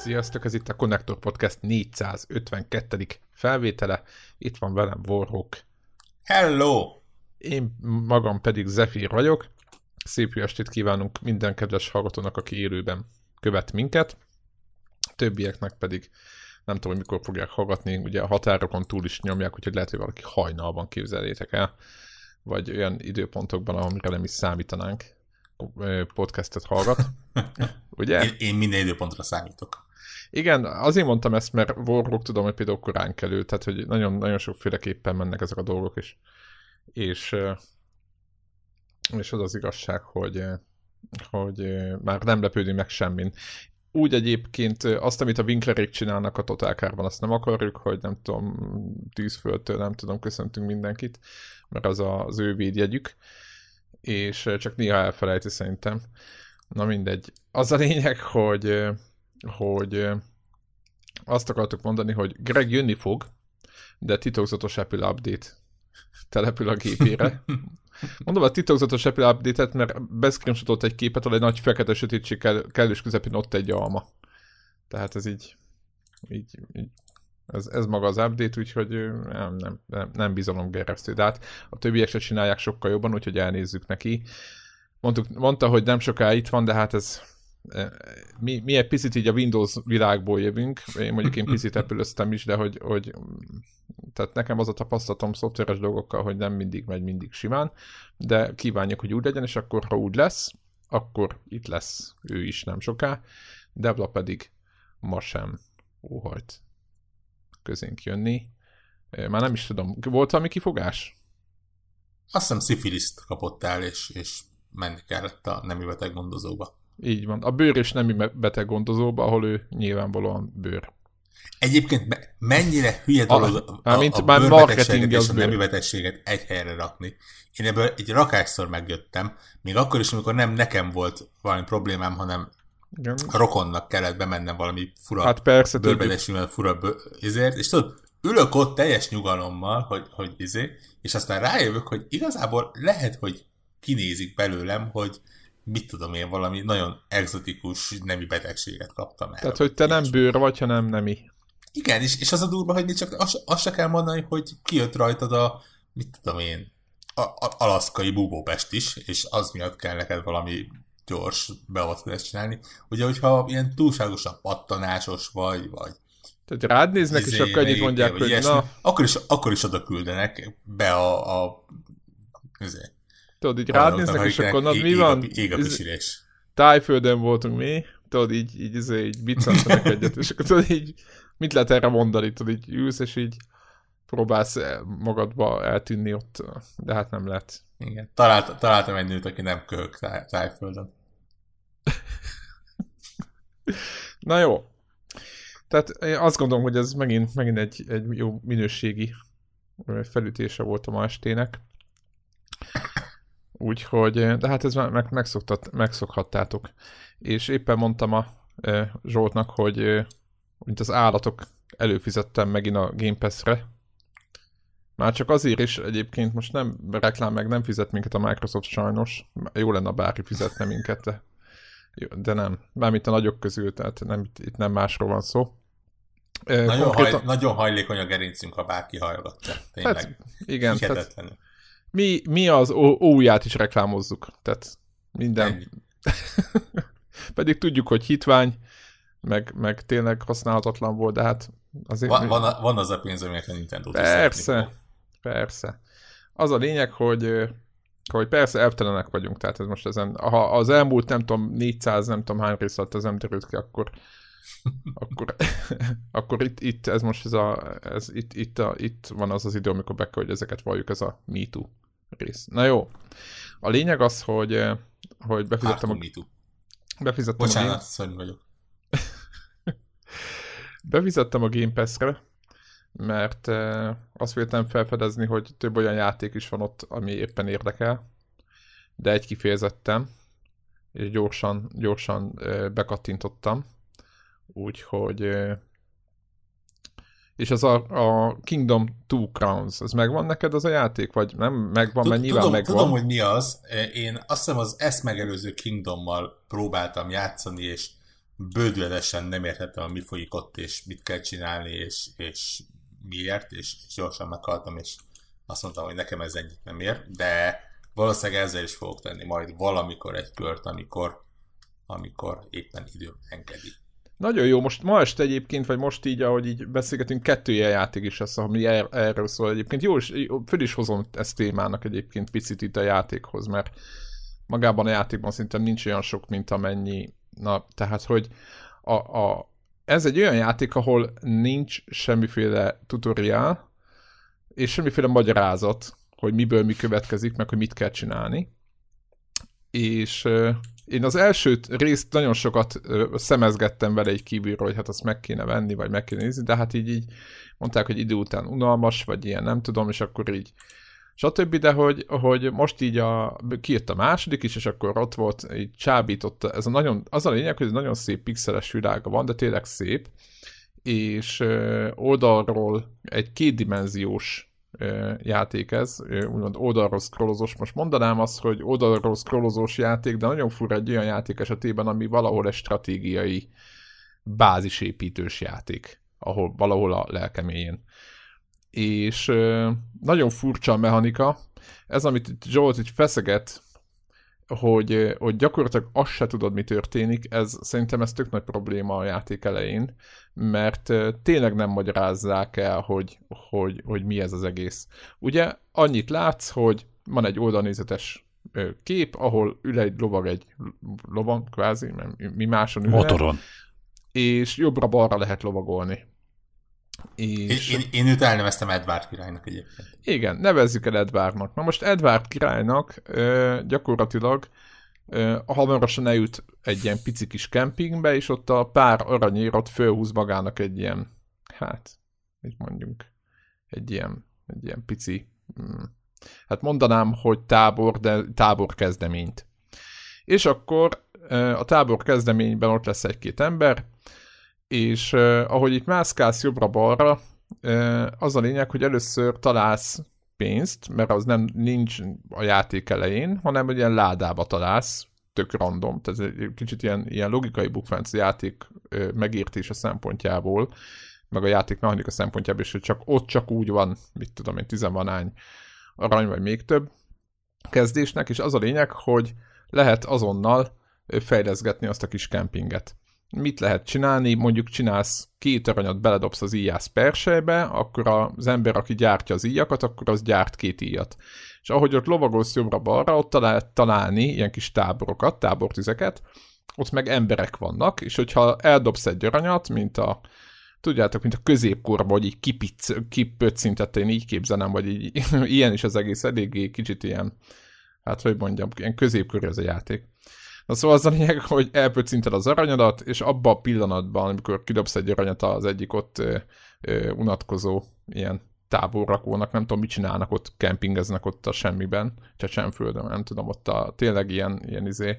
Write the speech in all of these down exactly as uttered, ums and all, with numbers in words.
Sziasztok, ez itt a Connector Podcast négyszázötvenkettedik felvétele. Itt van velem Warhawk. Hello! Én magam pedig Zephyr vagyok. Szép jó estét kívánunk minden kedves hallgatónak, aki élőben követ minket. A többieknek pedig nem tudom, hogy mikor fogják hallgatni. Ugye a határokon túl is nyomják, úgyhogy lehet, hogy valaki hajnalban, képzeljétek el. Vagy olyan időpontokban, amire nem is számítanánk, podcastet hallgat. Ugye? Én, én minden időpontra számítok. Igen, azért mondtam ezt, mert Warhawk tudom, hogy például korán kelő, tehát hogy nagyon, nagyon sokféleképpen mennek ezek a dolgok is. És, és az az igazság, hogy, hogy már nem lepődünk meg semmin. Úgy egyébként azt, amit a Winklerék csinálnak a Total Car-ban, azt nem akarjuk, hogy nem tudom, tűzföldtől nem tudom, köszöntünk mindenkit, mert az a, az ő védjegyük, és csak néha elfelejti szerintem. Na mindegy. Az a lényeg, hogy, hogy azt akartuk mondani, hogy Greg jönni fog, de titokzatos Apple Update települ a gépére. Mondom a titokzatos Apple Update-et, mert beszcreenshotolt egy képet, ahol egy nagy fekete sötétség kell, kellős közepén ott egy alma. Tehát ez így, így, így ez, ez maga az update, úgyhogy nem, nem, nem, nem bizalomgerjesztő. De hát a többiek se csinálják sokkal jobban, úgyhogy elnézzük neki. Mondtuk, mondta, hogy nem soká itt van, de hát ez mi, mi egy picit így a Windows világból jövünk. Én mondjuk én picit Apple-öztem is, de hogy, hogy tehát nekem az a tapasztalatom szoftveres dolgokkal, hogy nem mindig megy mindig simán, de kívánjuk, hogy úgy legyen, és akkor ha úgy lesz, akkor itt lesz ő is nem soká. Devla pedig ma sem óhajt közénk jönni. Már nem is tudom, volt valami kifogás? Azt hiszem szifiliszt kapott el, és, és menni kellett a nemi beteg gondozóba. Így van. A bőr és nemi beteg gondozóba, ahol ő nyilvánvalóan bőr. Egyébként me- mennyire hülye dolog a, a, a, a bőrbetegséget és a nemi betegséget egy helyre rakni. Én ebből egy rakásszor megjöttem, még akkor is, amikor nem nekem volt valami problémám, hanem igen. A rokonnak kellett bemennem valami fura hát persze, bőrbetegségvel, fura bőr, ezért, és tudod, ülök ott teljes nyugalommal, hogy, hogy izé, és aztán rájövök, hogy igazából lehet, hogy kinézik belőlem, hogy mit tudom én, valami nagyon egzotikus nemi betegséget kaptam el. Tehát, hogy te nem bőr vagy, hanem nemi. Igen, és, és az a durva, hogy még csak azt, azt se kell mondani, hogy kijött rajtad a, mit tudom én, a, a alaszkai búbópest is, és az miatt kell neked valami gyors beavatkozást csinálni. Ugye, hogyha ilyen túlságosan pattanásos vagy, vagy tehát rád néznek, izé, és akkor annyit mondják, hogy ilyesmi, na... Akkor is, akkor is oda küldenek be a... a izé, tudod, így rád néznek, és akkor na, mi van? Ég a pisilés. Tájföldön voltunk mi, tudod, így, így, így, így biccentenek egyet, és akkor tudod, így mit lehet erre mondani? Tudod, így ülsz, és így próbálsz magadba eltűnni ott, de hát nem lehet. Igen. Talált, találtam egy nőt, aki nem köhög táj, Tájföldön. Na jó. Tehát én azt gondolom, hogy ez megint, megint egy, egy jó minőségi felütése volt a ma estének. Úgyhogy, de hát ez meg, megszoktat, megszokhattátok. És éppen mondtam a e, Zsoltnak, hogy e, mint az állatok előfizettem megint a Game Pass-re. Már csak azért is egyébként most nem reklám meg, nem fizet minket a Microsoft sajnos. Jó lenne, bárki fizetne minket, de, de nem. Mármint a nagyok közül, tehát nem, itt nem másról van szó. E, nagyon, konkrétan... haj, nagyon hajlékony a gerincünk, ha bárki hallgatja. Tényleg. Hát, igen. Tehát, Mi, mi az óját is reklámozzuk, tehát minden. Pedig tudjuk, hogy hitvány, meg, meg tényleg használhatatlan volt, de hát azért... Van, mi... van, a, van az a pénz, amiért a Nintendo-t Persze, persze. Az a lényeg, hogy, hogy persze elvtelenek vagyunk, tehát ez most ezen, ha az elmúlt nem tudom, négyszáz, nem tudom hány rész alatt az nem derült ki, akkor akkor, akkor itt, itt, ez most ez a, ez itt, itt, a, itt van az az idő, amikor be kell, hogy ezeket valljuk, ez a Me Too rész. Na jó. A lényeg az, hogy, hogy befizettem a... Befizettem Bocsánat, a game... szörny vagyok. befizettem a Game Pass-re, mert eh, azt véltem felfedezni, hogy több olyan játék is van ott, ami éppen érdekel, de egy kifejezettem, és gyorsan, gyorsan eh, bekattintottam. Úgyhogy... És az a, a Kingdom Two Crowns, ez megvan neked az a játék? Vagy nem megvan, mert nyilván tudom, megvan? Tudom, hogy mi az. Én azt hiszem az ezt megelőző Kingdommal próbáltam játszani, és bődületesen nem értettem, mi folyik ott, és mit kell csinálni, és, és miért, és, és gyorsan meghaltam, és azt mondtam, hogy nekem ez ennyit nem ér, de valószínűleg ezzel is fogok tenni majd valamikor egy kört, amikor, amikor éppen idő engedi. Nagyon jó, most ma este egyébként, vagy most így, ahogy így beszélgetünk, kettő ilyen játék is lesz, ami er, erről szól egyébként. Jó, és föl is hozom ezt témának egyébként picit itt a játékhoz, mert magában a játékban szerintem nincs olyan sok, mint amennyi. Na, tehát, hogy a, a, ez egy olyan játék, ahol nincs semmiféle tutoriál, és semmiféle magyarázat, hogy miből mi következik, meg hogy mit kell csinálni. És euh, én az első részt nagyon sokat euh, szemezgettem vele egy kívülről, hogy hát azt meg kéne venni, vagy meg kéne nézni, de hát így, így mondták, hogy idő után unalmas, vagy ilyen, nem tudom, és akkor így stb. De hogy, hogy most így a, kijött a második is, és akkor ott volt, így csábította, ez a nagyon, az a lényeg, hogy ez nagyon szép pixeles világa van, de tényleg szép, és euh, oldalról egy kétdimenziós játék ez, úgymond oldalról scrollozós. Most mondanám azt, hogy oldalról scrollozós játék, de nagyon fura egy olyan játék esetében, ami valahol egy stratégiai bázisépítős játék, ahol valahol a lelkeméjén. És nagyon furcsa a mechanika. Ez, amit itt Zsolt így feszeget, hogy, hogy gyakorlatilag azt se tudod, mi történik, ez szerintem ez tök nagy probléma a játék elején, mert tényleg nem magyarázzák el, hogy, hogy, hogy mi ez az egész. Ugye annyit látsz, hogy van egy oldalnézetes kép, ahol ül egy lovag egy lovon, kvázi, mi máson ül. Motoron. És jobbra-balra lehet lovagolni. És... Én, én, én őt elneveztem Edward királynak egyébként. Igen, nevezzük el Edwardnak. Na most Edward királynak ö, gyakorlatilag ö, hamarosan eljut egy ilyen pici kis kempingbe, és ott a pár aranyér ott fölhúz magának egy ilyen, hát, mit mondjunk, egy ilyen, egy ilyen pici, hm, hát mondanám, hogy tábor, de tábor kezdeményt. És akkor ö, a tábor kezdeményben ott lesz egy-két ember, és uh, ahogy itt mászkálsz jobbra-balra, uh, az a lényeg, hogy először találsz pénzt, mert az nem nincs a játék elején, hanem egy ilyen ládába találsz, tök random, tehát egy kicsit ilyen, ilyen logikai bukfenc játék uh, megértése szempontjából, meg a játék mechanika szempontjából is, hogy csak ott csak úgy van, mit tudom én, tizenvanány arany, vagy még több kezdésnek, és az a lényeg, hogy lehet azonnal fejleszgetni azt a kis kempinget. Mit lehet csinálni? Mondjuk csinálsz két aranyat, beledobsz az íjász persejbe, akkor az ember, aki gyártja az íjakat, akkor az gyárt két íjat. És ahogy ott lovagolsz jobbra-balra, ott lehet találni ilyen kis táborokat, tábortüzeket, ott meg emberek vannak, és hogyha eldobsz egy aranyat, mint a, tudjátok, mint a középkorban, hogy így kipic, kipöccintette, én így képzelem, vagy így, ilyen is az egész, eléggé kicsit ilyen, hát hogy mondjam, ilyen középkori az a játék. Na szóval az a lényeg, hogy elpöccinted az aranyadat, és abban a pillanatban, amikor kidobsz egy aranyat az egyik ott ö, ö, unatkozó ilyen táborrakónak, nem tudom, mit csinálnak, ott kempingeznek ott a semmiben, Csecsenföldön, nem tudom, ott a, tényleg ilyen, ilyen izé.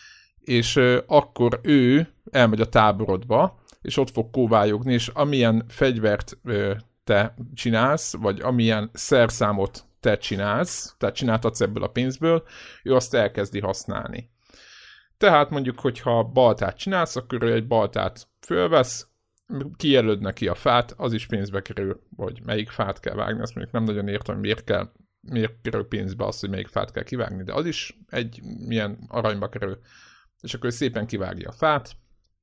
És ö, akkor ő elmegy a táborodba, és ott fog kóvályogni, és amilyen fegyvert ö, te csinálsz, vagy amilyen szerszámot te csinálsz, tehát csináltatsz ebből a pénzből, ő azt elkezdi használni. Tehát mondjuk, hogyha baltát csinálsz, akkor ő egy baltát fölvesz, kijelöd neki a fát, az is pénzbe kerül, vagy melyik fát kell vágni, azt mondjuk nem nagyon értem, hogy miért kell, miért kerül pénzbe az, hogy melyik fát kell kivágni, de az is egy milyen aranyba kerül. És akkor szépen kivágja a fát,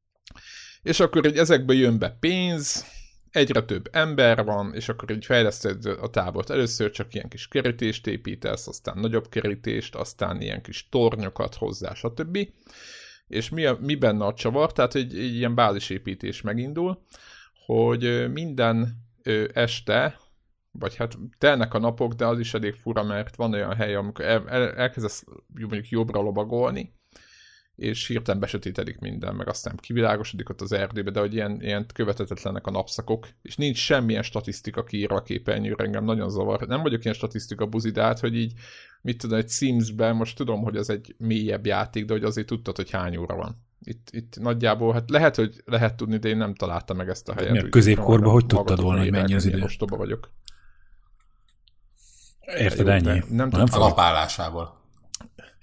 és akkor így ezekből jön be pénz, egyre több ember van, és akkor így fejleszted a tábort. Először csak ilyen kis kerítést építesz, aztán nagyobb kerítést, aztán ilyen kis tornyokat hozzá, stb. És mi, a, mi benne a csavar? Tehát egy, egy ilyen bázisépítés megindul, hogy minden ö, este, vagy hát telnek a napok, de az is elég fura, mert van olyan hely, amikor el, el, elkezdesz mondjuk jobbra lobagolni, és hirtelen besötétedik minden, meg aztán kivilágosodik ott az erdőbe, de hogy ilyen, ilyen követhetetlenek a napszakok, és nincs semmilyen statisztika kiírva a képernyőre, engem nagyon zavar. Nem vagyok ilyen statisztika buzidát, hogy így, mit tudom, egy Sims-ben, most tudom, hogy ez egy mélyebb játék, de hogy azért tudtad, hogy hány óra van. Itt, itt nagyjából, hát lehet, hogy lehet tudni, de én nem találtam meg ezt a helyet. Mert középkorban hogy tudtad volna, hogy mennyi az idő? Ostoba vagyok. Érted, ennyi? Nem tudom. A napállásából.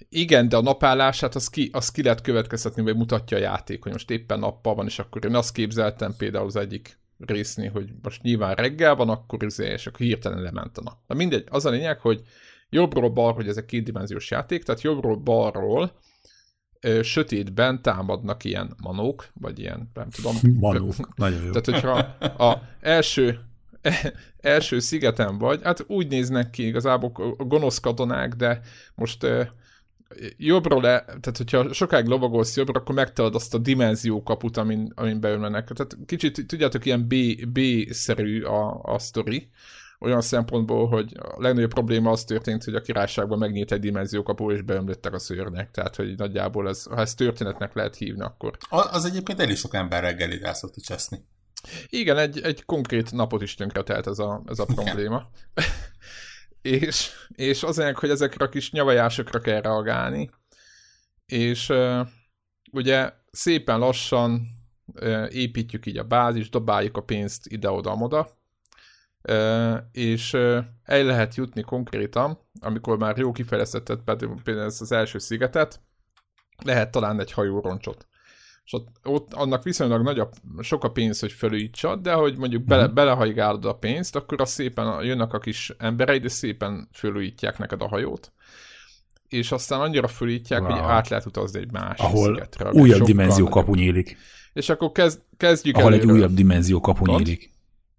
Igen, de a napállását az ki, az ki lehet következtetni, vagy mutatja a játék, hogy most éppen nappal van, és akkor én azt képzeltem például az egyik részni, hogy most nyilván reggel van, akkor izé, és akkor hirtelen lement a nap. Na mindegy, az a lényeg, hogy jobbról balról, hogy ez egy kétdimenziós játék, tehát jobbról balról ö, sötétben támadnak ilyen manók, vagy ilyen, nem tudom. Manók, nagyon jó. Tehát, hogyha a első, első szigeten vagy, hát úgy néznek ki igazából a gonosz katonák, de most ö, jobbról, le, tehát hogyha sokáig lovagolsz jobbra, akkor megtalad azt a dimenziókaput, amin, amin beülnek. Tehát kicsit, tudjátok, ilyen B, B-szerű a, a sztori, olyan szempontból, hogy a legnagyobb probléma az történt, hogy a királyságban megnyílt egy dimenziókapu, és beömlöttek a szőrnek. Tehát, hogy nagyjából ez, ha ezt történetnek lehet hívni, akkor... Az egyébként elég sok ember reggelit el szokta cseszni. Igen, egy, egy konkrét napot is tönkretelt ez a, ez a probléma. és, és azért, hogy ezekre a kis nyavajásokra kell reagálni. És uh, ugye szépen lassan uh, építjük így a bázist, dobáljuk a pénzt ide-oda-moda, Uh, és uh, el lehet jutni konkrétan, amikor már jó kifejlesztetted például ezt az első szigetet, lehet találni egy hajóroncsot. És ott, ott annak viszonylag nagy a, sok a pénz, hogy felújítsad, de hogy mondjuk bele, mm-hmm. belehajgálod a pénzt, akkor az szépen jönnek a kis embereid, és szépen felújítják neked a hajót. És aztán annyira felújítják, wow. hogy át lehet utazni egy másik ahol szigetre. Ahol újabb dimenzió kapu nyílik. És akkor kezd, kezdjük Ahol előre. egy újabb dimenzió kapu nyílik.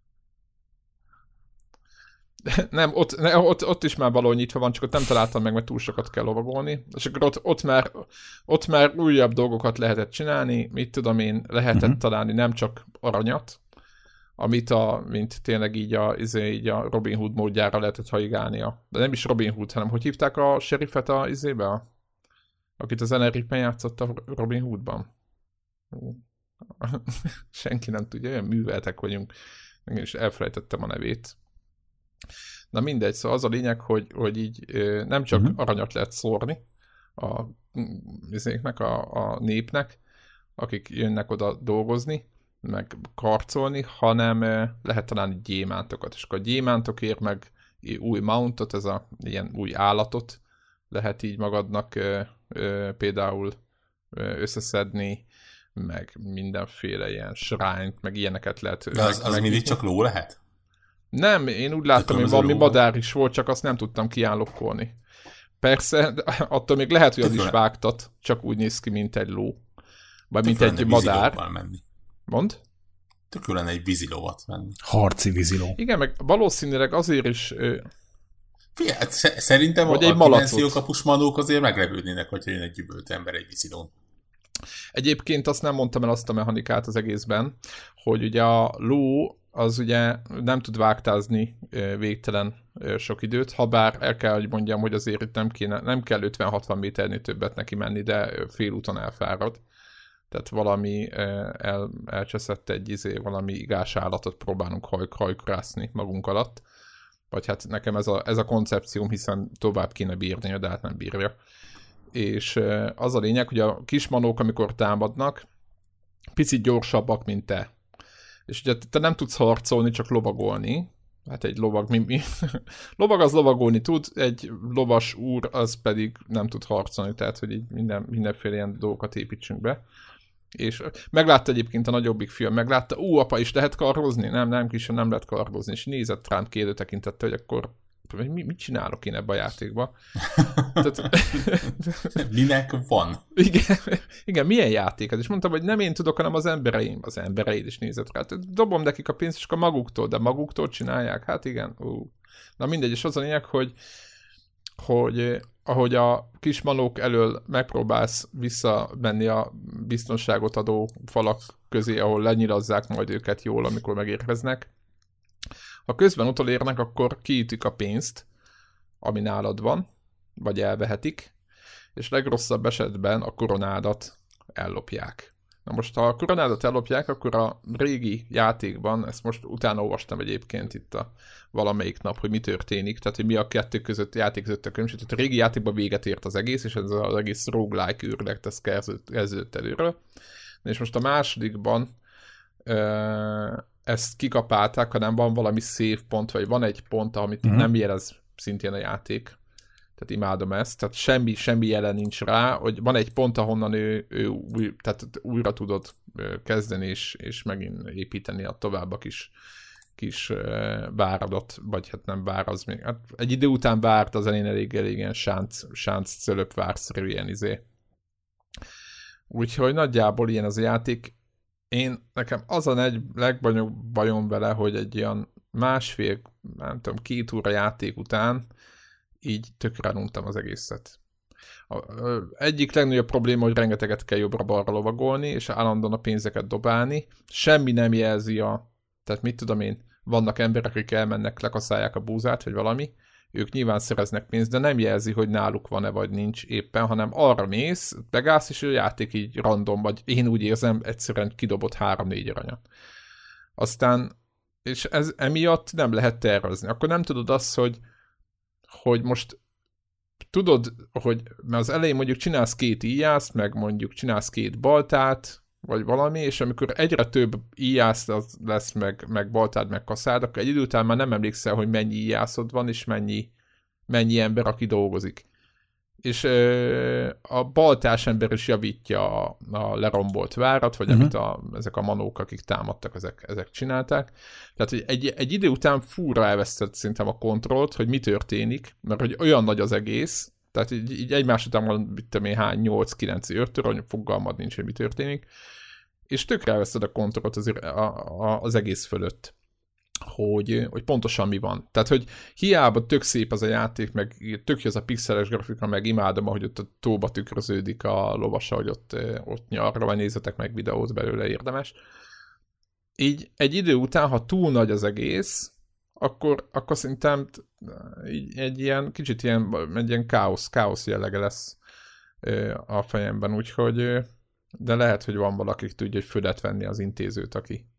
Nem, ott, ne, ott, ott is már való nyitva van, csak ott nem találtam meg, mert túl sokat kell lovagolni. És akkor ott, ott, már, ott már újabb dolgokat lehetett csinálni, mit tudom én, lehetett uh-huh. találni nem csak aranyat, amit a, mint tényleg így a, izé, így a Robin Hood módjára lehetett haigálnia. De nem is Robin Hood, hanem hogy hívták a sheriffet a izébe? A, akit az Enrique játszott a Robin Hoodban. Senki nem tudja, olyan műveltek vagyunk. Én is elfelejtettem a nevét. Na mindegy, szóval az a lényeg, hogy, hogy így nem csak uh-huh. aranyat lehet szórni a, a, a népnek, akik jönnek oda dolgozni, meg karcolni, hanem lehet találni gyémántokat. És akkor a gyémántokért meg új mountot, ez a ilyen új állatot lehet így magadnak ö, ö, például ö, összeszedni, meg mindenféle ilyen shrine-t, meg ilyeneket lehet. De az, az mindig csak ló lehet? Nem, én úgy láttam, hogy valami madár is volt, csak azt nem tudtam kiállokkolni. Persze, attól még lehet, hogy az is vágtat, csak úgy néz ki, mint egy ló. Vagy mint egy madár. Menni. Mondd? Tök lenne egy vízilóvat menni. Harci víziló. Igen, meg valószínűleg azért is... Figyelj, szerintem a dimenziókapus manók azért meglepődnének, hogyha jön egy gyűbölt ember egy vízilón. Egyébként azt nem mondtam el azt a mechanikát az egészben, hogy ugye a ló az ugye nem tud vágtázni végtelen sok időt, habár el kell, hogy mondjam, hogy azért itt nem, kéne, nem kell ötven-hatvan méternél többet neki menni, de félúton elfárad. Tehát valami el, elcseszett egy izé, valami igás állatot próbálunk haj, hajkrászni magunk alatt. Vagy hát nekem ez a, ez a koncepcióm, hiszen tovább kéne bírnia, de hát nem bírja. És az a lényeg, hogy a kismanók, amikor támadnak, picit gyorsabbak, mint te. És ugye te nem tudsz harcolni, csak lovagolni. Hát egy lovag, mi, mi? lovag az lovagolni tud, egy lovas úr az pedig nem tud harcolni, tehát hogy így minden, mindenféle ilyen dolgokat építsünk be. És meglátta egyébként a nagyobbik fiam, meglátta, ú, apa, is lehet karrozni? Nem, nem, kisebb nem lehet karrozni. És nézett rám kérdő tekintette, hogy akkor mi, mit csinálok én ebbe a játékba? Tehát, minek van? Igen, igen, milyen játék ez? És mondtam, hogy nem én tudok, hanem az embereim. Az embereid is nézett rá. Tehát dobom nekik a pénzt, és akkor maguktól, de maguktól csinálják? Hát igen. Ú. Na mindegy, és az a lényeg, hogy, hogy ahogy a kismanók elől megpróbálsz visszamenni a biztonságot adó falak közé, ahol lenyilazzák majd őket jól, amikor megérkeznek. Ha közben utolérnek, akkor kiütik a pénzt, ami nálad van, vagy elvehetik, és legrosszabb esetben a koronádat ellopják. Na most, ha a koronádat ellopják, akkor a régi játékban, ezt most utána olvastam egyébként itt a valamelyik nap, hogy mi történik, tehát hogy mi a kettő között játék között a különbség. Tehát a régi játékban véget ért az egész, és ez az egész roguelike űrlek, ez kezdődött előről. És most a másodikban euh, ezt kikapálták, hanem van valami save pont, vagy van egy pont, amit uh-huh. nem jelez szintén a játék. tehát imádom ezt, tehát semmi, semmi jelen nincs rá, hogy van egy pont, ahonnan ő, ő új, tehát újra tudod kezdeni, és, és megint építeni a tovább a kis, kis váradat, vagy hát nem vár, az még, hát egy idő után várt az elén elég, elég ilyen sánc, sánc cölöpvárszerű ilyen izé. Úgyhogy nagyjából ilyen az a játék. Én, nekem az a egy legnagyobb bajom vele, hogy egy ilyen másfél, nem tudom, két óra játék után így tökre untam az egészet. A, ö, egyik legnagyobb probléma, hogy rengeteget kell jobbra-balra lovagolni, és állandóan a pénzeket dobálni. Semmi nem jelzi a... Tehát mit tudom én, vannak emberek, akik elmennek, lekaszálják a búzát, vagy valami, ők nyilván szereznek pénzt, de nem jelzi, hogy náluk van-e, vagy nincs éppen, hanem arra mész, begállsz, és a játék így random, vagy én úgy érzem, egyszerűen kidobott három-négy aranyat. Aztán, és ez emiatt nem lehet tervezni. Akkor nem tudod azt, hogy, hogy most tudod, hogy mert az elején mondjuk csinálsz két íjászt, meg mondjuk csinálsz két baltát, vagy valami, és amikor egyre több íjász lesz, meg, meg baltád, meg kaszád, akkor egy idő után már nem emlékszel, hogy mennyi íjászod van, és mennyi, mennyi ember, aki dolgozik. És ö, a baltás ember is javítja a, a lerombolt várat, vagy uh-huh. amit a, ezek a manók, akik támadtak, ezek, ezek csinálták. Tehát hogy egy, egy idő után fúra elvesztett szerintem a kontrollt, hogy mi történik, mert hogy olyan nagy az egész, tehát így, így egymás után van, mit tudom én, hány, nyolc-kilenc őrtől, fogalmad nincs, hogy mi történik, és tökre elveszed a kontrollt az, a, a, az egész fölött, hogy, hogy pontosan mi van. Tehát, hogy hiába tök szép az a játék, meg tök jó az a pixeles grafika, meg imádom, ahogy ott a tóba tükröződik a lovasa, hogy ott, ott nyarra, vagy nézzetek meg videót belőle, érdemes. Így egy idő után, ha túl nagy az egész, akkor, akkor szerintem egy ilyen kicsit ilyen, egy ilyen káosz, káosz jellege lesz a fejemben, úgyhogy de lehet, hogy van valaki, tudja, hogy földet venni az intézőt, aki,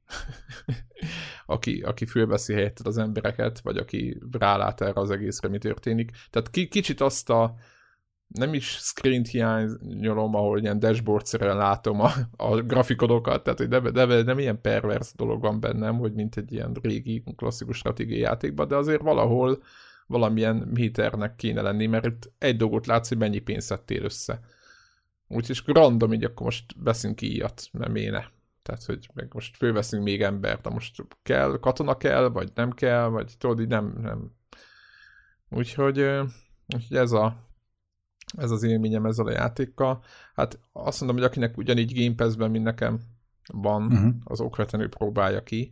aki, aki fölveszi helyetted az embereket, vagy aki rálát erre az egészre, mi történik. Tehát ki, kicsit azt a nem is screen-t hiányolom, ahol ilyen dashboard-szerűen látom a, a grafikodokat, tehát hogy de, de, nem ilyen pervers dolog van bennem, hogy mint egy ilyen régi klasszikus stratégiai játékban, de azért valahol valamilyen méternek kéne lenni, mert itt egy dolgot látsz, hogy mennyi pénzt szedtél össze. Úgyhogy random, így akkor most veszünk íjat, nem éne. Tehát, hogy meg most fölveszünk még embert, de most kell, katona kell, vagy nem kell, vagy tudod, így nem, nem. Úgyhogy, úgyhogy ez a ez az élményem ezzel a játékkal. Hát azt mondom, hogy akinek ugyanígy Game Pass-ben, mint nekem van, uh-huh. az okvetlenül próbálja ki,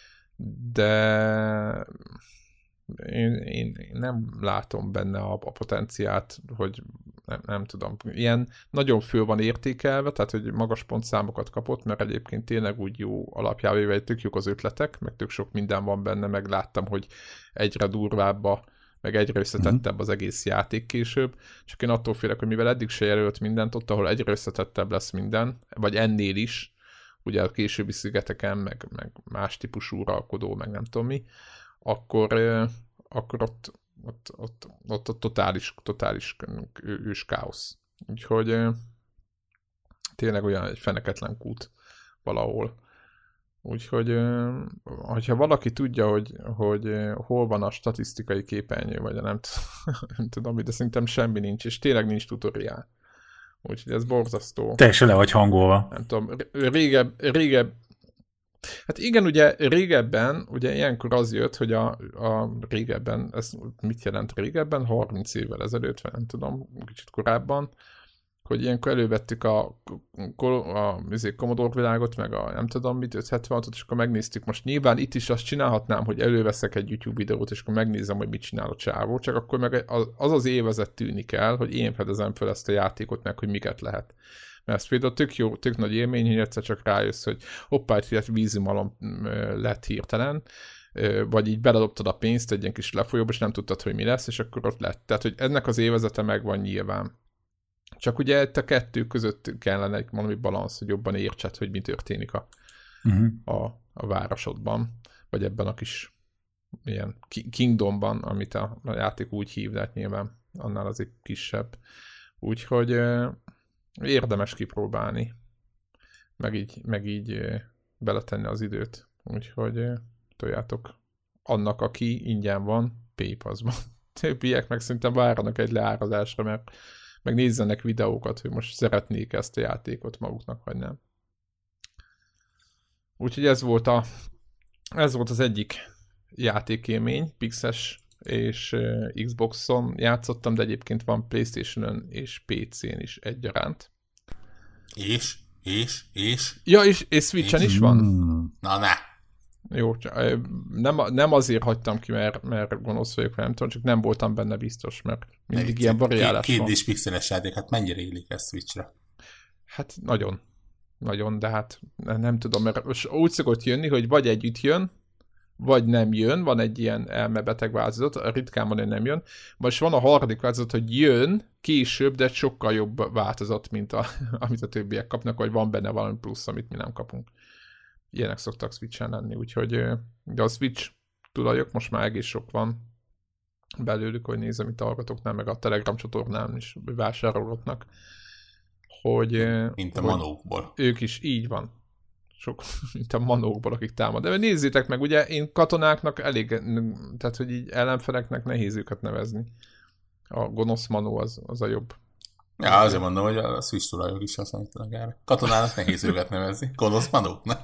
de én, én, én nem látom benne a, a potenciát, hogy nem, nem tudom, ilyen nagyon föl van értékelve, tehát hogy magas pontszámokat kapott, mert egyébként tényleg úgy jó alapjávével, tök jók az ötletek, meg tök sok minden van benne, meg láttam, hogy egyre durvább a meg egyre összetettebb az egész játék később, csak én attól félek, hogy mivel eddig se jelölt mindent, ott, ahol egyre összetettebb lesz minden, vagy ennél is, ugye a későbbi szigeteken, meg, meg más típusú uralkodó, meg nem tudom mi, akkor, akkor ott, ott, ott, ott, ott totális, totális ős káosz. Úgyhogy tényleg olyan egy feneketlen kút valahol. Úgyhogy, hogyha valaki tudja, hogy, hogy hol van a statisztikai képernyő, vagy nem, nem tudom, de szerintem semmi nincs, és tényleg nincs tutoriál. Úgyhogy ez borzasztó. Teljesen le vagy hangolva. Nem tudom, régebb, régebb, hát igen, ugye régebben, ugye ilyenkor az jött, hogy a, a régebben, ez mit jelent régebben? harminc évvel ezelőtt, vagy nem tudom, kicsit korábban, hogy ilyenkor elővettük a, a, a, a Commodore világot, meg a nem tudom mit, ötszázhetvenhatot, és akkor megnéztük. Most nyilván itt is azt csinálhatnám, hogy előveszek egy YouTube videót, és akkor megnézem, hogy mit csinál a csávó, csak akkor meg az az évezet tűnik el, hogy én fedezem fel ezt a játékot, meg hogy miket lehet. Mert ez például tök jó, tök nagy élmény, hogy egyszer csak rájössz, hogy hoppá, itt vízimalom lett hirtelen, vagy így beledobtad a pénzt egy ilyen kis lefolyóba, és nem tudtad, hogy mi lesz, és akkor ott lett. Tehát, hogy ennek az évezete megvan nyilván. Csak ugye itt a kettő között kellene egy valami balansz, hogy jobban értsed, hogy mi történik a, uh-huh. a, a városodban, vagy ebben a kis ilyen kingdomban, amit a, a játék úgy hív, de hát nyilván annál az egy kisebb. Úgyhogy euh, érdemes kipróbálni, meg így, meg így euh, beletenni az időt. Úgyhogy euh, toljátok annak, aki ingyen van, Paypassban. többiek meg szerintem várnak egy leárazásra, mert meg nézzenek videókat, hogy most szeretnék ezt a játékot maguknak, vagy nem. Úgyhogy ez volt, a, ez volt az egyik játékélmény, Pixes és uh, Xboxon játszottam, de egyébként van PlayStation-ön és pé cén is egyaránt. És? És? És? Ja, és, és Switchen is van? Na, ne! Jó, nem, nem azért hagytam ki, mert, mert gonosz vagyok, nem tudom, csak nem voltam benne biztos, mert mindig ilyen variálás két, van. Két pixeles játék, hát mennyire élik ezt Switchre? Hát nagyon. Nagyon, de hát nem tudom, mert most úgy szokott jönni, hogy vagy együtt jön, vagy nem jön, van egy ilyen elmebeteg változat, ritkán van, hogy nem jön. Most van a harmadik változat, hogy jön később, de sokkal jobb változat, mint a, amit a többiek kapnak, vagy van benne valami plusz, amit mi nem kapunk. Ilyenek szoktak Switchen lenni, úgyhogy de a Switch tulajok most már egész sok van belőlük, hogy nézem itt a hallgatóknál, meg a Telegram csatornán is vásárolhatnak, hogy... Mint a hogy manókból. Ők is, így van. Sok, mint a manókból, akik támad. De nézzétek meg, ugye én katonáknak elég, tehát hogy így ellenfeleknek nehéz őket nevezni. A gonosz manó az, az a jobb. Ja, azért mondom, hogy a Switch tulajok is hasonlítanak erre. Katonának nehéz őket nevezni. Gonosz manó, ne?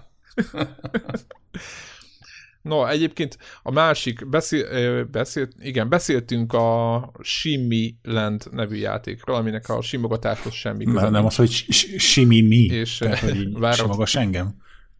No, egyébként a másik, beszél, beszélt, igen, beszéltünk a Shimmy Land nevű játékról, aminek a simogatáshoz semmi köze. Nem, nem az, hogy Shimmy mi, és tehát, hogy így simogass engem.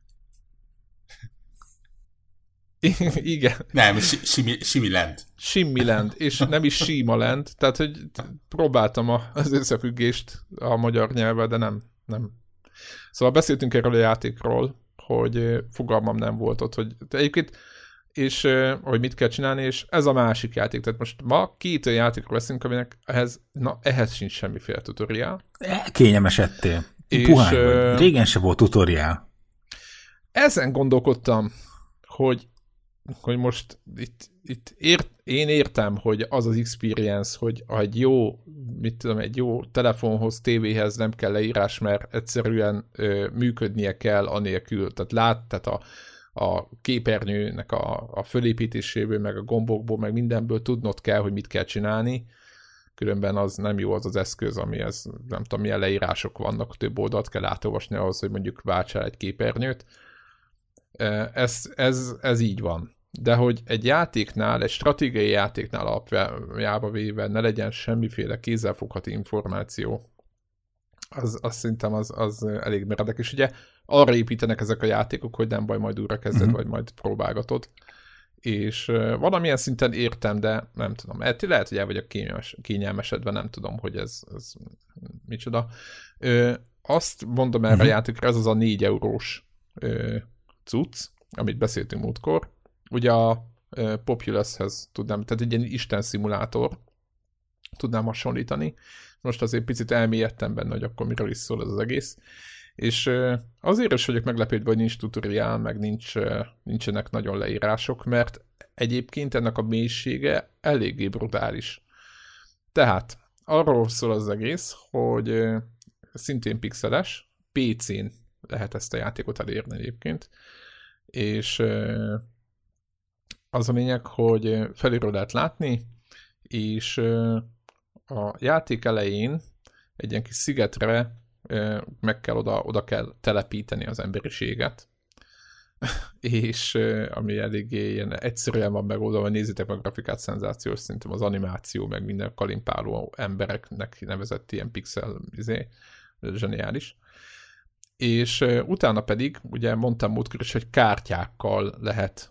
Igen. Nem, Shimmy Land. Shimmy Land, és nem is Shima Land, tehát hogy próbáltam az összefüggést a magyar nyelvvel, de nem, nem. Szóval beszéltünk erről a játékról, hogy fogalmam nem volt ott, hogy egyébként, és hogy mit kell csinálni, és ez a másik játék. Tehát most ma két olyan játékról beszélünk, aminek ehhez, na, ehhez sincs semmiféle tutoriál. Kényelmesedtél. Puhány vagy. Régen se volt tutoriál. Ezen gondolkodtam, hogy, hogy most itt, itt ért, én értem, hogy az az experience, hogy egy jó, mit tudom, egy jó telefonhoz, tévéhez nem kell leírás, mert egyszerűen ö, működnie kell anélkül. Tehát lát, tehát a, a képernyőnek a, a fölépítéséből, meg a gombokból, meg mindenből tudnod kell, hogy mit kell csinálni. Különben az nem jó az az eszköz, amihez nem tudom, milyen leírások vannak, több oldalt kell átolvasni ahhoz, hogy mondjuk váltsál egy képernyőt. Ez, ez, ez így van. De hogy egy játéknál, egy stratégiai játéknál alapjába véve ne legyen semmiféle kézzelfogható információ, az, az szerintem az, az elég meredek. És ugye arra építenek ezek a játékok, hogy nem baj, majd újra kezded, mm-hmm. vagy majd próbálgatod. És uh, valamilyen szinten értem, de nem tudom. Lehet, hogy el vagyok kényelmes, kényelmesedve, nem tudom, hogy ez, ez micsoda. Ö, azt mondom erre mm-hmm. a játékra, ez az a négy eurós ö, cucc, amit beszéltünk múltkor. Ugye a uh, Populoushez tudnám, tehát egy ilyen isten szimulátor tudnám hasonlítani. Most azért picit elmélyedtem benne, hogy akkor miről is szól ez az egész. És uh, azért is vagyok meglepődve, hogy nincs tutoriál, meg nincs, uh, nincsenek nagyon leírások, mert egyébként ennek a mélysége eléggé brutális. Tehát arról szól az egész, hogy uh, szintén pixeles, pé cén lehet ezt a játékot elérni egyébként, és uh, az a lényeg, hogy felülről lehet látni, és a játék elején egy ilyen kis szigetre meg kell oda, oda kell telepíteni az emberiséget, és ami eléggé ilyen egyszerűen van megoldva, nézzétek meg a grafikát, szenzációs, szerintem az animáció, meg minden kalimpáló embereknek nevezett ilyen pixel, izé, zseniális. És utána pedig, ugye mondtam múltkor is, hogy kártyákkal lehet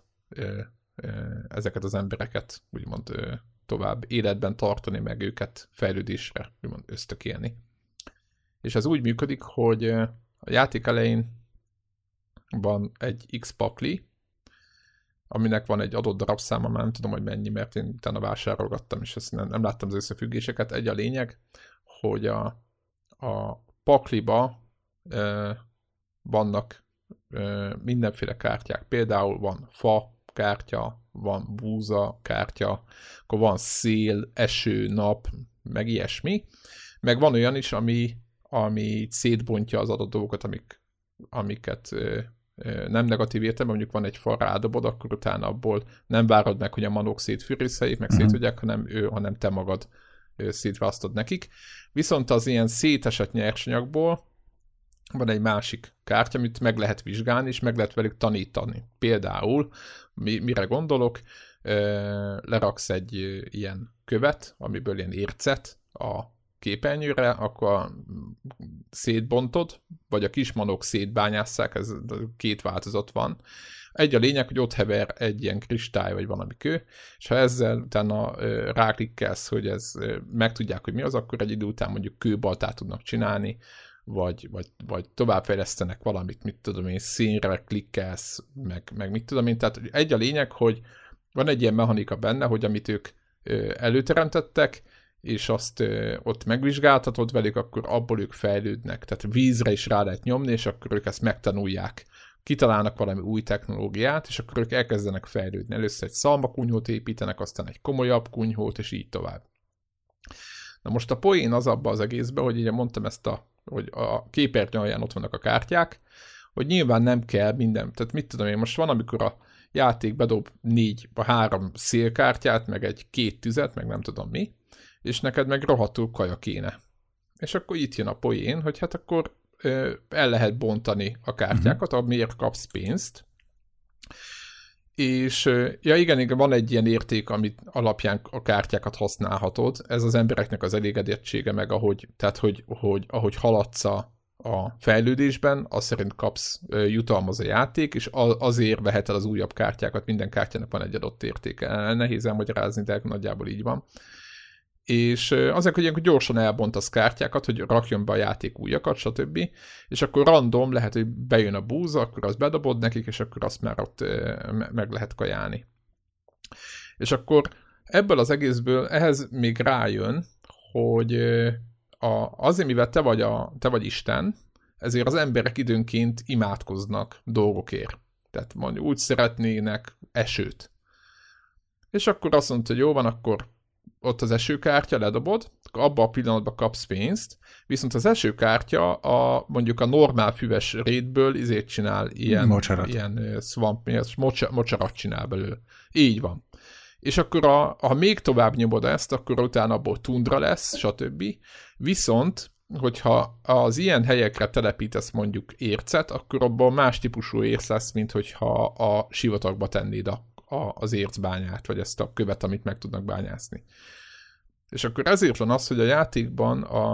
ezeket az embereket úgymond tovább életben tartani, meg őket fejlődésre úgymond ösztökélni. És ez úgy működik, hogy a játék elején van egy X-pakli, aminek van egy adott darabszáma, már nem tudom, hogy mennyi, mert én utána vásárolgattam, és ezt nem, nem láttam az összefüggéseket. Egy a lényeg, hogy a, a pakliba e, vannak e, mindenféle kártyák. Például van fa kártya, van búza kártya, akkor van szél, eső, nap, meg ilyesmi. Meg van olyan is, ami, ami szétbontja az adott dolgokat, amik, amiket ö, nem negatív értelemben, mondjuk van egy fal rádobod, akkor utána abból nem várod meg, hogy a manók szétfűrészeljék, meg uh-huh. szétudják, hanem ő, hanem te magad szétválasztod nekik. Viszont az ilyen szétesett nyersanyagból van egy másik kártya, amit meg lehet vizsgálni, és meg lehet velük tanítani. Például, mi, mire gondolok, leraksz egy ilyen követ, amiből ilyen ércet a képernyőre, akkor szétbontod, vagy a kismanók szétbányásszák, ez két változat van. Egy a lényeg, hogy ott hever egy ilyen kristály, vagy valami kő, és ha ezzel utána ráklikkelsz, hogy ez megtudják, hogy mi az, akkor egy idő után mondjuk kőbaltát tudnak csinálni, vagy, vagy, vagy továbbfejlesztenek valamit, mit tudom én, színre klikkelsz, meg, meg mit tudom én. Tehát egy a lényeg, hogy van egy ilyen mechanika benne, hogy amit ők előteremtettek, és azt ott megvizsgáltatod velük, akkor abból ők fejlődnek. Tehát vízre is rá lehet nyomni, és akkor ők ezt megtanulják. Kitalálnak valami új technológiát, és akkor ők elkezdenek fejlődni. Először egy szalmakunyhót építenek, aztán egy komolyabb kunyhót, és így tovább. Na most a poén az abban az egészben, hogy ugye mondtam ezt a, hogy a képernyő alján ott vannak a kártyák, hogy nyilván nem kell minden, tehát mit tudom én, most van, amikor a játék bedob négy vagy három szélkártyát, meg egy két tüzet, meg nem tudom mi, és neked meg rohadtul kaja kéne. És akkor itt jön a poén, hogy hát akkor ö, el lehet bontani a kártyákat, uh-huh. amiért kapsz pénzt. És ja igen, igen, van egy ilyen érték, amit alapján a kártyákat használhatod. Ez az embereknek az elégedettsége, meg ahogy, tehát hogy, hogy ahogy haladsz a, a fejlődésben, az szerint kapsz jutalmaz a játék, és azért vehet el az újabb kártyákat, minden kártyának van egy adott értéke. Nehéz elmagyarázni, de nagyjából így van. És azért, hogy ilyenkor gyorsan elbontasz kártyákat, hogy rakjon be a játék újakat, stb. És akkor random lehet, hogy bejön a búza, akkor azt bedobod nekik, és akkor azt már ott meg lehet kajálni. És akkor ebből az egészből ehhez még rájön, hogy a, azért, mivel te vagy, a, te vagy Isten, ezért az emberek időnként imádkoznak dolgokért. Tehát mondjuk úgy szeretnének esőt. És akkor azt mondta, hogy jó van, akkor ott az esőkártya, ledobod, akkor abban a pillanatban kapsz pénzt, viszont az esőkártya a, mondjuk a normál füves rétből izét csinál, ilyen, mocsarat. ilyen swamp, mocsa, mocsarat csinál belőle. Így van. És akkor a, ha még tovább nyomod ezt, akkor utána abból tundra lesz, stb. Viszont, hogyha az ilyen helyekre telepítesz mondjuk ércet, akkor abban más típusú érc lesz, mint hogyha a sivatagba tennéd a A, az ércbányát, vagy ezt a követ, amit meg tudnak bányászni. És akkor ezért van az, hogy a játékban a,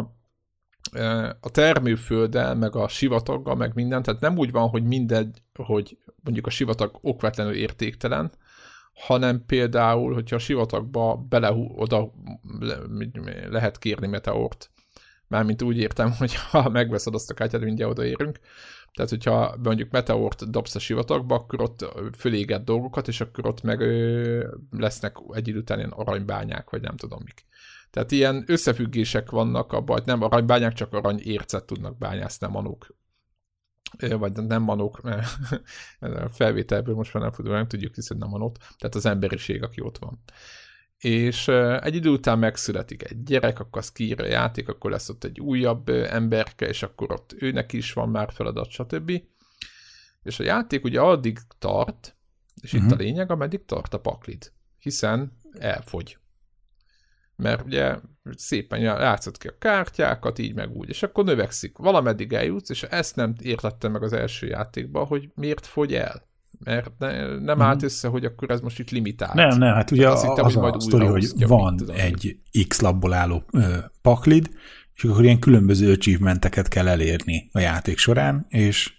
a termőfölddel, meg a sivataggal, meg minden, tehát nem úgy van, hogy mindegy, hogy mondjuk a sivatag okvetlenül értéktelen, hanem például, hogyha a sivatagba bele oda le, lehet kérni meteort. Mármint úgy értem, hogy ha megveszed azt a kártyát, mindjárt odaérünk. Tehát, hogyha mondjuk meteort dobsz a sivatagba, akkor ott föléget dolgokat, és akkor ott meg ö, lesznek egy idő után ilyen aranybányák, vagy nem tudom mik. Tehát ilyen összefüggések vannak abban, hogy nem aranybányák, csak aranyércet tudnak bányászni a manók. Vagy nem manók, mert a felvételből most már nem, tudom, nem tudjuk kiszedni a manót, tehát az emberiség, aki ott van. És egy idő után megszületik egy gyerek, akkor az kiír a játék, akkor lesz ott egy újabb emberke, és akkor ott őnek is van már feladat, stb. És a játék ugye addig tart, és uh-huh. itt a lényeg, ameddig tart a paklid, hiszen elfogy. Mert ugye szépen játszott ki a kártyákat, így meg úgy, és akkor növekszik. Valameddig eljutsz, és ezt nem értettem meg az első játékban, hogy miért fogy el. Mert ne, nem állt mm. össze, hogy akkor ez most itt limitált. Nem, nem, hát ugye az, hittem, az hogy a sztori, hogy van egy X labból álló ö, paklid, és akkor ilyen különböző achievementeket kell elérni a játék során, és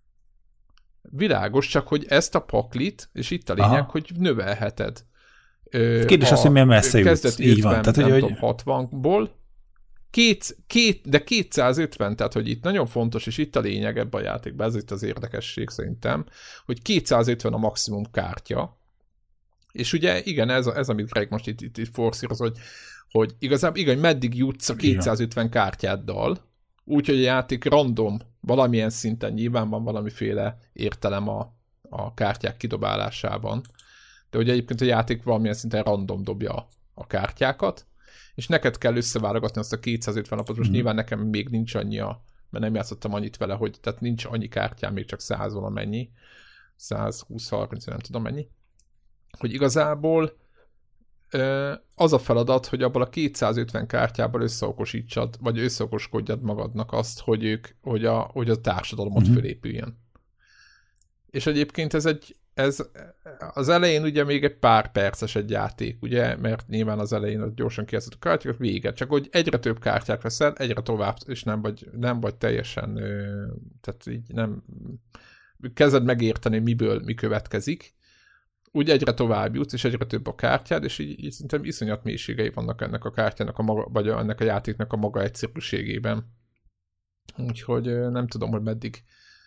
világos, csak hogy ezt a paklit, és itt a lényeg, aha. hogy növelheted. Ö, kérdés az, hogy milyen messze jutsz. Így van. Tehát, nem hogy tudom, hatvanból, Két, két, de kétszázötven, tehát hogy itt nagyon fontos, és itt a lényeg ebben a játékban, ez itt az érdekesség szerintem, hogy kétszázötven a maximum kártya, és ugye igen, ez, ez amit Greg most itt, itt, itt forszíroz, hogy, hogy igazából igen, meddig jutsz a kétszázötven kártyáddal, úgyhogy a játék random, valamilyen szinten nyilván van valamiféle értelem a, a kártyák kidobálásában, de ugye egyébként a játék valamilyen szinten random dobja a kártyákat, és neked kell összeválogatni azt a kétszázötven napot. Most mm. nyilván nekem még nincs annyi a mert nem játszottam annyit vele, hogy tehát nincs annyi kártyám, még csak száz valamennyi, száz húsz harminc, nem tudom mennyi, hogy igazából az a feladat, hogy abból a kétszázötven kártyából összeokosítsad, vagy összeokoskodjad magadnak azt, hogy ők, hogy a, hogy a társadalomot mm-hmm. fölépüljön. És egyébként ez egy, ez az elején ugye még egy pár perces egy játék, ugye, mert nyilván az elején gyorsan kijátszod a kártyákat, vége. Csak hogy egyre több kártyát veszel, egyre tovább, és nem vagy, nem vagy teljesen, tehát így nem kezded megérteni, miből mi következik. Úgy egyre tovább jutsz, és egyre több a kártyád, és így, így szerintem iszonyat mélységei vannak ennek a kártyának, a maga, vagy ennek a játéknak a maga egyszerűségében. Úgyhogy nem tudom, hogy meddig,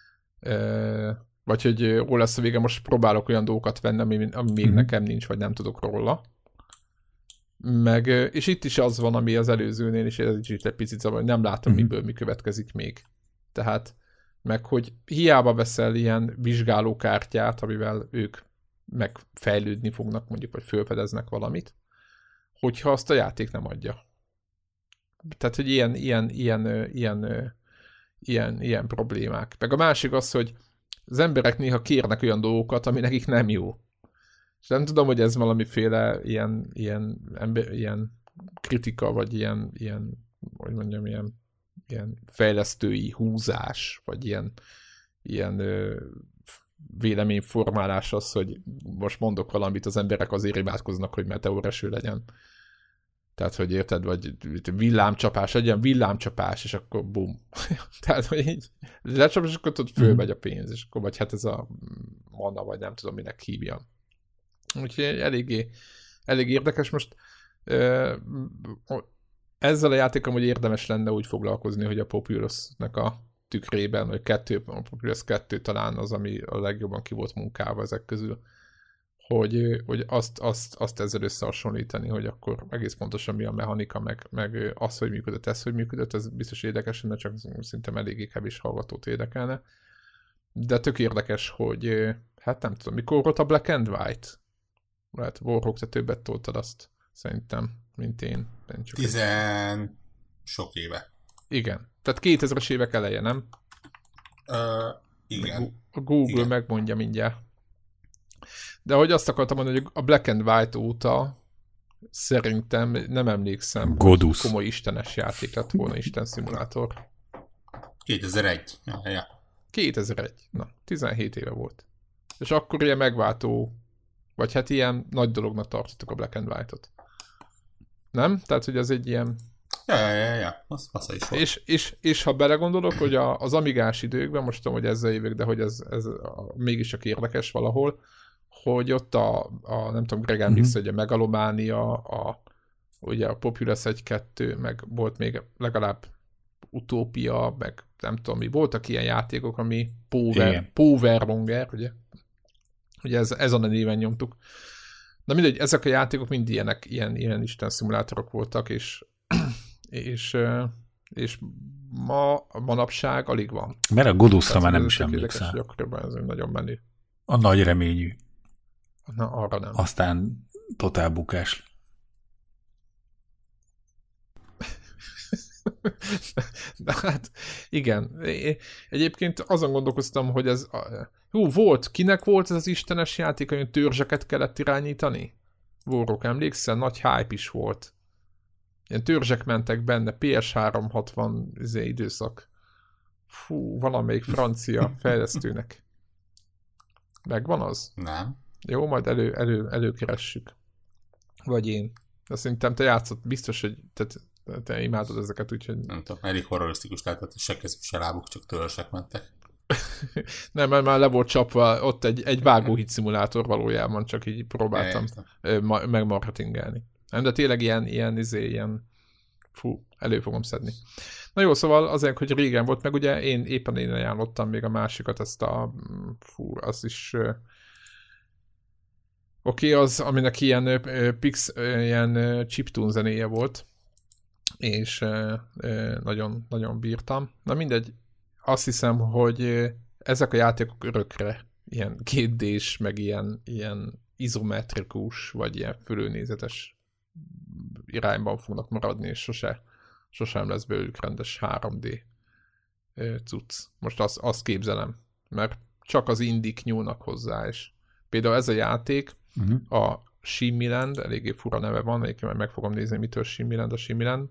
vagy hogy hol lesz a vége, most próbálok olyan dolgokat venni, ami, ami még mm-hmm. nekem nincs, vagy nem tudok róla. Meg, és itt is az van, ami az előzőnél, és ez is egy picit zavar, hogy nem látom, mm-hmm. miből mi következik még. Tehát, meg hogy hiába veszel ilyen vizsgálókártyát, amivel ők megfejlődni fognak, mondjuk, vagy felfedeznek valamit, hogyha azt a játék nem adja. Tehát, hogy ilyen, ilyen, ilyen, ilyen, ilyen, ilyen problémák. Meg a másik az, hogy az emberek néha kérnek olyan dolgokat, ami nekik nem jó. És nem tudom, hogy ez valamiféle ilyen, ilyen, ember, ilyen kritika, vagy ilyen, ilyen, hogy mondjam, ilyen, ilyen fejlesztői húzás, vagy ilyen, ilyen véleményformálás az, hogy most mondok valamit, az emberek azért imádkoznak, hogy meteoreső legyen. Tehát, hogy érted, vagy villámcsapás, legyen villámcsapás, és akkor bum. Tehát, hogy így lecsapás, és akkor tudod, fölmegy a pénz, és akkor vagy hát ez a mana, vagy nem tudom, minek hívjam. Úgyhogy eléggé, elég érdekes. Most ezzel a játékom, hogy érdemes lenne úgy foglalkozni, hogy a Populous-nek a tükrében, vagy kettő, a Populous kettő talán az, ami a legjobban ki volt munkálva ezek közül, hogy, hogy azt, azt, azt ezzel összehasonlítani, hogy akkor egész pontosan mi a mechanika, meg, meg az, hogy működött, ez, hogy működött, ez biztos érdekes lenne, csak szinte eléggé kevés hallgatót érdekelne. De tök érdekes, hogy hát nem tudom, mikor volt a Black and White? Lehet, Warhawk, te többet toltad azt, szerintem, mint én. Tizen egy... sok éve. Igen. Tehát kétezres évek eleje, nem? Uh, igen. A Google igen. megmondja mindjárt. De hogy azt akartam mondani, hogy a Black and White óta szerintem nem emlékszem, Godus. Hogy komoly istenes játék lett volna, Isten szimulátor. kétezer-egy. Ja, ja. kétezer-egy. Na, tizenhét éve volt. És akkor ilyen megváltó, vagy hát ilyen nagy dolognak tartottuk a Black and White-ot. Nem? Tehát, hogy az egy ilyen... Ja, ja, ja, ja. Az, az is volt. És, és, és ha belegondolok, hogy a, az amigás időkben, most tudom, hogy ezzel évek, de hogy ez, ez a, mégiscsak érdekes valahol, hogy ott a, a nem tudom, Greg emlékszik, mm-hmm. hogy a Megalománia, a, ugye a Populous egy kettő, meg volt még legalább Utópia, meg nem tudom mi, voltak ilyen játékok, ami Power, Powermonger, ugye? Ugye ez, ez a néven nyomtuk. Na mindegy, ezek a játékok mind ilyenek, ilyen, ilyen isten szimulátorok voltak, és és, és ma, manapság alig van. Mert a Godusra már nem is emlékszel. Akkoriban ez nagyon menő. A nagy reményű. Na, arra nem. Aztán totál bukás. De hát, igen. Egyébként azon gondolkoztam, hogy ez... Jó, volt. Kinek volt ez az istenes játék, hogy törzseket kellett irányítani? Warhawk, emlékszel? Nagy hype is volt. Ilyen törzsek mentek benne, P S három hatvan időszak. Fú, valamelyik francia fejlesztőnek. Megvan az? Nem. Jó, majd elő, elő, előkeressük. Vagy én. De szerintem te játszott, biztos, hogy te, te imádod ezeket, úgyhogy... Nem tudom, elég horrorisztikus lehetett, se kezük, se lábuk, csak törzsek mentek. Nem, mert már le volt csapva, ott egy, egy vágóhíd szimulátor valójában, csak így próbáltam ma- megmarketingelni. Nem, de tényleg ilyen, ilyen, izé, ilyen, fú, elő fogom szedni. Na jó, szóval azért, hogy régen volt, meg ugye én éppen én ajánlottam még a másikat, ezt a, fú, az is, uh, oké, okay, az, aminek ilyen uh, pix, uh, ilyen uh, chiptune zenéje volt, és uh, uh, nagyon, nagyon bírtam. Na mindegy, azt hiszem, hogy uh, ezek a játékok örökre ilyen kétdés, meg ilyen, ilyen izometrikus, vagy ilyen fölülnézetes irányban fognak maradni, és sose, sosem lesz belőlük rendes három dé. cucc. Most azt, azt képzelem, mert csak az indik nyúlnak hozzá, és például ez a játék, uh-huh. a Shimiland, eléggé fura neve van, egyébként meg fogom nézni, mitől Shimiland a Shimiland,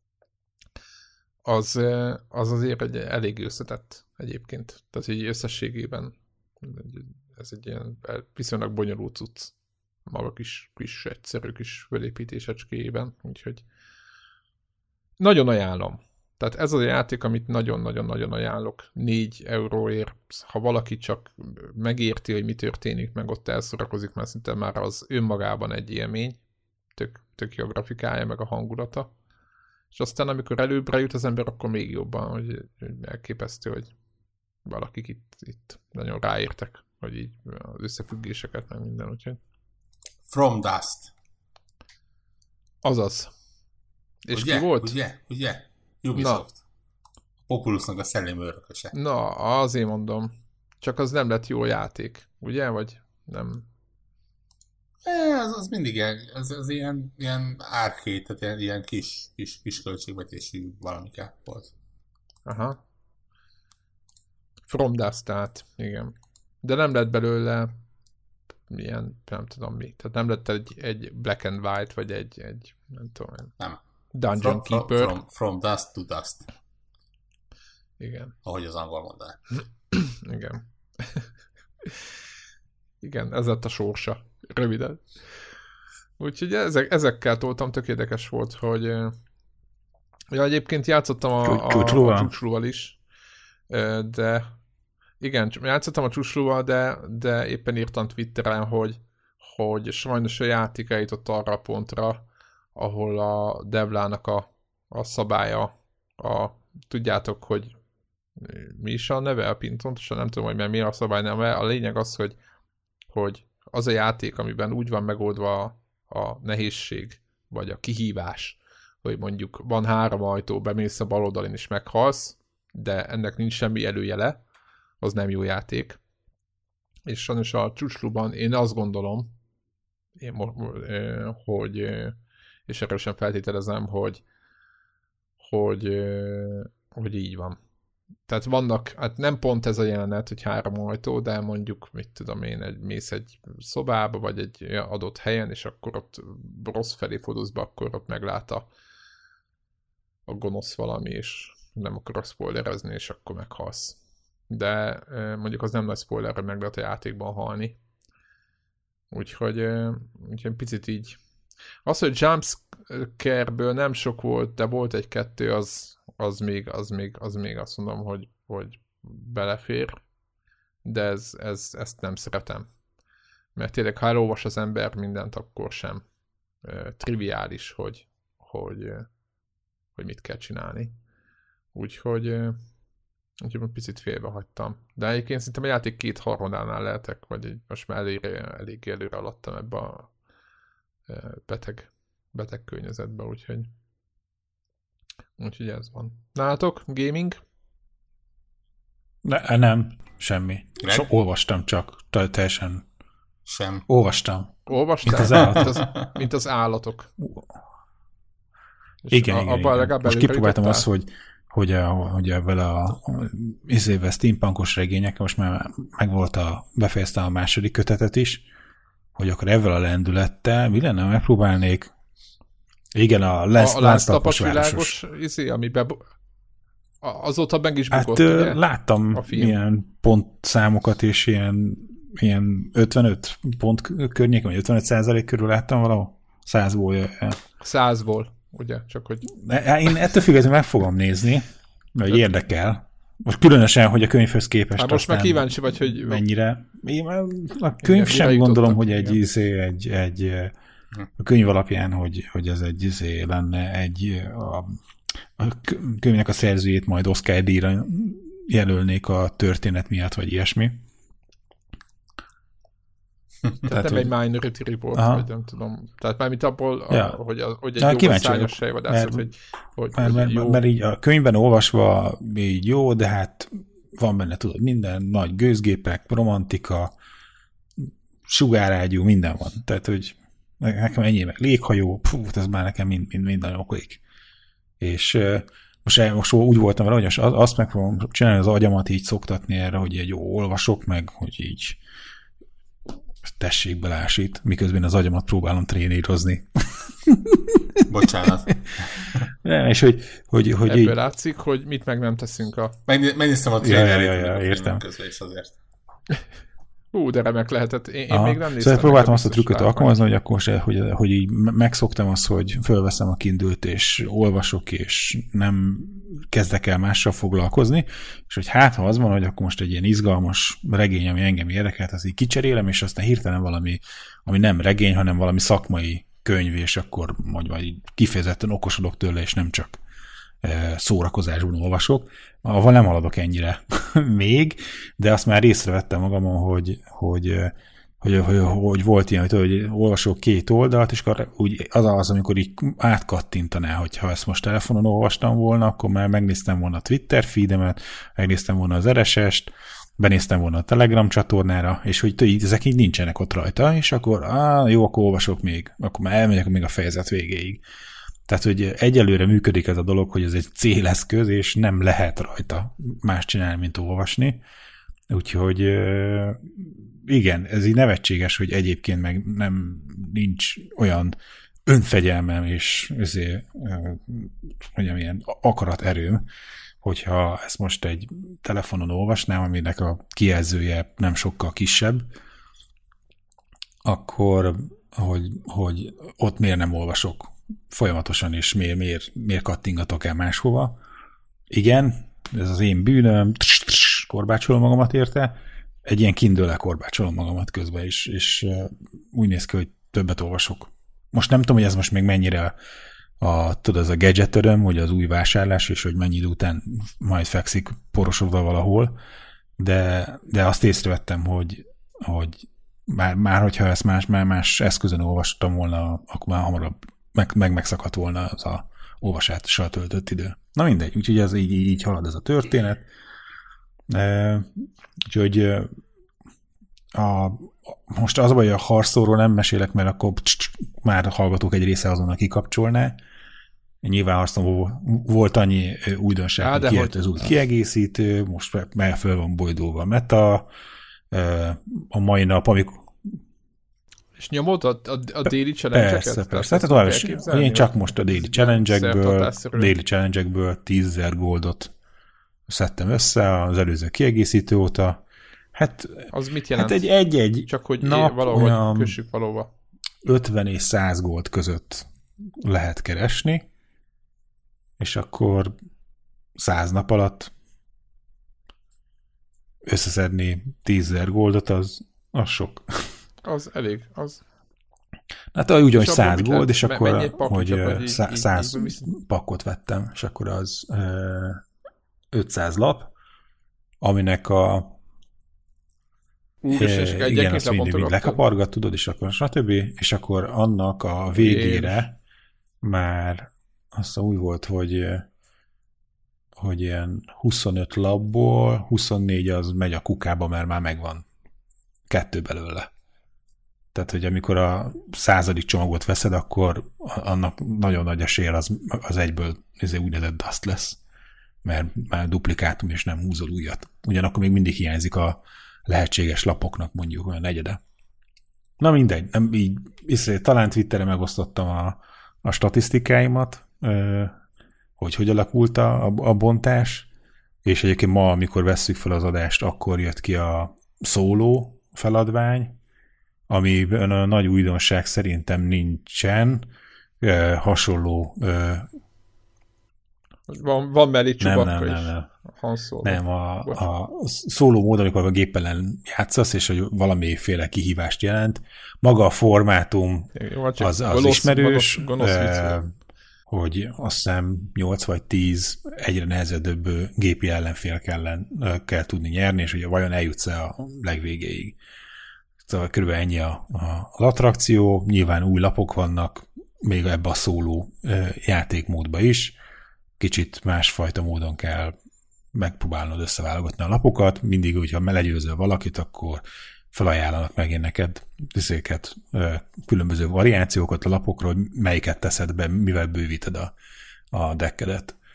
az, az azért egy elég összetett egyébként. Tehát így összességében ez egy ilyen viszonylag bonyolult cucc. Maga kis, kis egyszerű kis fölépítésecskéjében, úgyhogy nagyon ajánlom. Tehát ez az a játék, amit nagyon-nagyon-nagyon ajánlok. négy euróért, ha valaki csak megérti, hogy mi történik, meg ott elszorakozik, mert szinte már az önmagában egy élmény, tök, tök jó a grafikája, meg a hangulata. És aztán, amikor előbbre jut az ember, akkor még jobban, hogy, hogy elképesztő, hogy valakik itt, itt nagyon ráértek, hogy így az összefüggéseket, meg minden, úgyhogy. From Dust. Azaz. És ugye, ki volt? Ugye, ugye? Ubisoft. Na. Populusnak a szellemi örököse. Na, azért mondom. Csak az nem lett jó játék, ugye? Vagy nem? Ez az mindig ilyen, az, az ilyen, ilyen arcade, tehát ilyen, ilyen kis, kis, kis költségvetésű valamike volt. Aha. From Dust, tehát, igen. De nem lett belőle milyen, nem tudom mi. Tehát nem lett egy, egy Black and White, vagy egy, egy nem tudom. Nem. Dungeon from, Keeper. From, from Dust to Dust. Igen. Ahogy az angol mondaná. Igen. Igen, ez lett a sorsa. Röviden. Úgyhogy ezek, ezekkel toltam, tök érdekes volt, hogy ja, egyébként játszottam a, a, a csúcslóval is, de igen, játszottam a csúcslóval, de, de éppen írtam Twitteren, hogy, hogy sajnos a játék eljutott arra a pontra, ahol a Devlának a, a szabálya, a, tudjátok, hogy mi is a neve, a pintontosan, nem tudom, hogy mert mi a szabály neve, a lényeg az, hogy, hogy az a játék, amiben úgy van megoldva a, a nehézség, vagy a kihívás, hogy mondjuk van három ajtó, bemész a bal oldalin és meghalsz, de ennek nincs semmi előjele, az nem jó játék. És sajnos a csúcslóban én azt gondolom, én, hogy, és erről sem feltételezem, hogy, hogy, hogy így van. Tehát vannak, hát nem pont ez a jelenet, hogy három ajtó, de mondjuk, mit tudom én, egy, mész egy szobába, vagy egy adott helyen, és akkor ott rossz felé fordulsz be, akkor ott meglát a, a gonosz valami, és nem akarok spoilerezni, és akkor meghalsz. De mondjuk az nem nagy spoiler, hogy meg lehet a játékban halni. Úgyhogy, úgyhogy picit így. Az, hogy jumpscare-ből nem sok volt, de volt egy-kettő, az, az, még, az, még, az még azt mondom, hogy, hogy belefér. De ez, ez, ezt nem szeretem. Mert tényleg, ha elolvas az ember mindent, akkor sem e, triviális, hogy, hogy, e, hogy mit kell csinálni. Úgyhogy, e, úgyhogy picit félbehagytam. De egyébként szerintem a játék két harmadánál lehetek, vagy egy, most már elég, elég előre alattam ebbe a e, beteg, beteg környezetbe, úgyhogy úgyhogy ez van. Nálatok? Gaming? Ne, nem, semmi. So, olvastam csak, teljesen. Sem. Olvastam. Olvastál? Mint az, állat, az, mint az állatok. Igen, a, igen, igen. Most kipróbáltam azt, hogy, hogy, a, hogy a, vele a, a izével steampunkos regények, most már megvolt a, befejeztem a második kötetet is, hogy akkor ezzel a lendülettel, mi lenne, megpróbálnék. Igen, a lánclapos világos izé, amiben azóta meg is bukott, hát, ugye? Láttam ilyen pontszámokat, és ilyen, ilyen ötvenöt pont környéken, vagy ötvenöt százalék körül láttam valahol. Százból. Százból, ugye? Csak hogy... Én ettől függetlenül meg fogom nézni, mert Öt... érdekel. Most különösen, hogy a könyvhöz képest. Hát most már kíváncsi vagy, hogy... Mennyire. Én a könyv igen, sem gondolom, hogy egy, izé, egy, egy a könyv alapján, hogy, hogy ez egy izé lenne egy a, a könyvnek a szerzőjét majd Oscar-díjra jelölnék a történet miatt, vagy ilyesmi. Tehát nem hogy... egy Minority Report, aha. Vagy nem tudom. Tehát mármint abból, ja. a, hogy, a, hogy egy jó szányos sejvadászat, hogy, hogy, mert, hogy jó. Mert így a könyvben olvasva így jó, de hát van benne, tudod, minden, nagy gőzgépek, romantika, sugárágyú, minden van. Tehát, hogy nekem ennyi meg léghajó, pfú, ez már nekem mind, mind, mind nagyon oklik. És most, most úgy voltam vele, hogy azt meg fogom csinálni, az agyamat így szoktatni erre, hogy egy jó olvasok meg, hogy így tessék belásít, miközben az agyamat próbálom trénírozni. Bocsánat. Nem, és hogy, hogy, hogy ebből így... látszik, hogy mit meg nem teszünk a... Meg, megnéztem a trénerét. Ja, ja, ja, értem. Közben is azért. Ú, de remek lehetett. Én, én még nem néztem. Szóval próbáltam azt a trükköt alkalmazni, hogy akkor se, hogy, hogy így megszoktam azt, hogy fölveszem a Kindle-t, és olvasok, és nem kezdek el mással foglalkozni, és hogy hát, ha az van, hogy akkor most egy ilyen izgalmas regény, ami engem érdekelt, az így kicserélem, és aztán hirtelen valami, ami nem regény, hanem valami szakmai könyv, és akkor majd kifejezetten okosodok tőle, és nem csak szórakozásban olvasok. Avval nem haladok ennyire még, de azt már észrevettem magamon, hogy, hogy, hogy, hogy, hogy volt ilyen, hogy, hogy olvasok két oldalt, és akkor úgy az az, amikor így átkattintaná, hogyha ezt most telefonon olvastam volna, akkor már megnéztem volna a Twitter feedemet, megnéztem volna az er es est, benéztem volna a Telegram csatornára, és hogy így, ezek így nincsenek ott rajta, és akkor á, jó, akkor olvasok még, akkor már elmegyek még a fejezet végéig. Tehát, hogy egyelőre működik ez a dolog, hogy ez egy céleszköz, és nem lehet rajta más csinálni, mint olvasni. Úgyhogy igen, ez így nevetséges, hogy egyébként meg nem nincs olyan önfegyelmem és ezért, mondjam, ilyen akaraterőm, hogyha ezt most egy telefonon olvasnám, aminek a kijelzője nem sokkal kisebb, akkor hogy, hogy ott miért nem olvasok folyamatosan, és miért, miért, miért kattingatok el máshova. Igen, ez az én bűnöm, korbácsolom magamat érte, egy ilyen Kindle-el korbácsolom magamat közben is, és úgy néz ki, hogy többet olvasok. Most nem tudom, hogy ez most még mennyire a, tudod, ez a gadgetöröm, hogy az új vásárlás, és hogy mennyi idő után majd fekszik porosodva valahol, de, de azt észrevettem, hogy, hogy már, már hogyha ezt más, már más eszközön olvastam volna, akkor már hamarabb meg, meg megszakadt volna az a olvasással töltött idő. Na mindegy, úgyhogy ez így, így halad ez a történet. E, úgyhogy a, most az a baj, hogy a Hearthstone-ról nem mesélek, mert akkor már hallgatók egy része azonnal kikapcsolná. Nyilván Hearthstone volt annyi újdonság, Á, hogy kijött az új kiegészítő, most már föl van bojdulva a meta. A mai nap, amikor és nyomod a, a, a daily challenge-eket? Persze, persze. Hát tovább is, én csak most a daily challenge-ekből, daily challenge-ekből tízezer goldot szedtem össze az előző kiegészítő óta. Hát, az mit jelent? Hát egy egy-egy csak hogy nap valahogy kössük valóba. ötven és száz gold között lehet keresni, és akkor száz nap alatt összeszedni tízezer goldot, az, az sok. Az elég, az. Hát úgy, hogy száz gold, és akkor, hogy száz így, pakkot vettem, és akkor az ötszáz lap, aminek a Úr, és, és igen, azt mindig, mindig lekapargat, tudod, és akkor stb. És akkor annak a végére Én. már azt úgy volt, hogy hogy ilyen huszonöt labból huszonnégy az megy a kukába, mert már megvan kettő belőle. Tehát, hogy amikor a századik csomagot veszed, akkor annak nagyon nagy esélye az, az egyből ez úgynevezett dust lesz, mert már duplikátum és nem húzol újat. Ugyanakkor még mindig hiányzik a lehetséges lapoknak mondjuk olyan negyede. Na mindegy, nem így, így talán Twitteren megosztottam a, a statisztikáimat, hogy hogy alakult a, a bontás, és egyébként ma, amikor vesszük fel az adást, akkor jött ki a szóló feladvány, amiben a nagy újdonság szerintem nincsen, e, hasonló... E, van, van mellé Csubakka nem, nem, is. Nem, nem, Han Solo. nem a, a szóló mód, amikor a gép ellen játszasz, és hogy valamiféle kihívást jelent. Maga a formátum Jó, az, az gonosz, ismerős, gonosz, gonosz e, hogy azt hiszem nyolc vagy tíz egyre nehezebb gépi ellenfél kell, kell tudni nyerni, és ugye vajon eljutsz-e a legvégéig. Szóval körülbelül ennyi a, az attrakció, nyilván új lapok vannak, még ebbe a szóló játékmódba is. Kicsit másfajta módon kell megpróbálnod összeválogatni a lapokat. Mindig, hogyha legyőzöl valakit, akkor felajánlanak meg neked ezeket, különböző variációkat a lapokról, hogy melyiket teszed be, mivel bővíted a, a deckedet.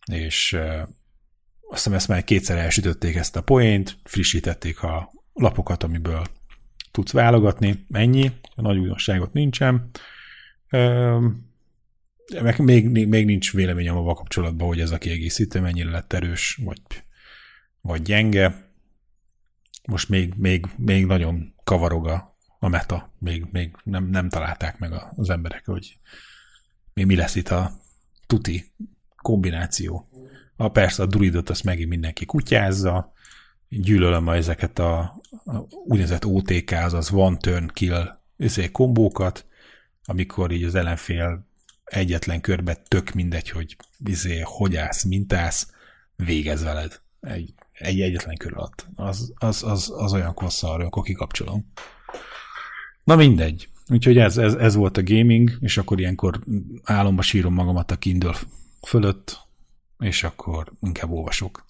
és uh, azt hiszem ezt már kétszer elsütötték ezt a poént, frissítették a lapokat, amiből tudsz válogatni, ennyi, a nagy újdonságot nincsen. Uh, még, még nincs véleményem avval kapcsolatban, hogy ez a kiegészítő mennyire lett erős, vagy, vagy gyenge. Most még, még, még nagyon kavarog a, a meta, még, még nem, nem találták meg az emberek, hogy még mi lesz itt a tuti kombináció. A persze a druidot azt megint mindenki kutyázza, gyűlölöm ezeket a, a úgynevezett o té ká, azaz one turn kill kombókat, amikor így az ellenfél egyetlen körbe tök mindegy, hogy izé, hogy állsz, mint állsz, végez veled. Egy, egy egyetlen kör alatt. Az, az, az, az olyan kosszal, amikor kikapcsolom. Na mindegy. Úgyhogy ez, ez, ez volt a gaming, és akkor ilyenkor álomba sírom magamat a Kindle fölött, és akkor inkább olvasok.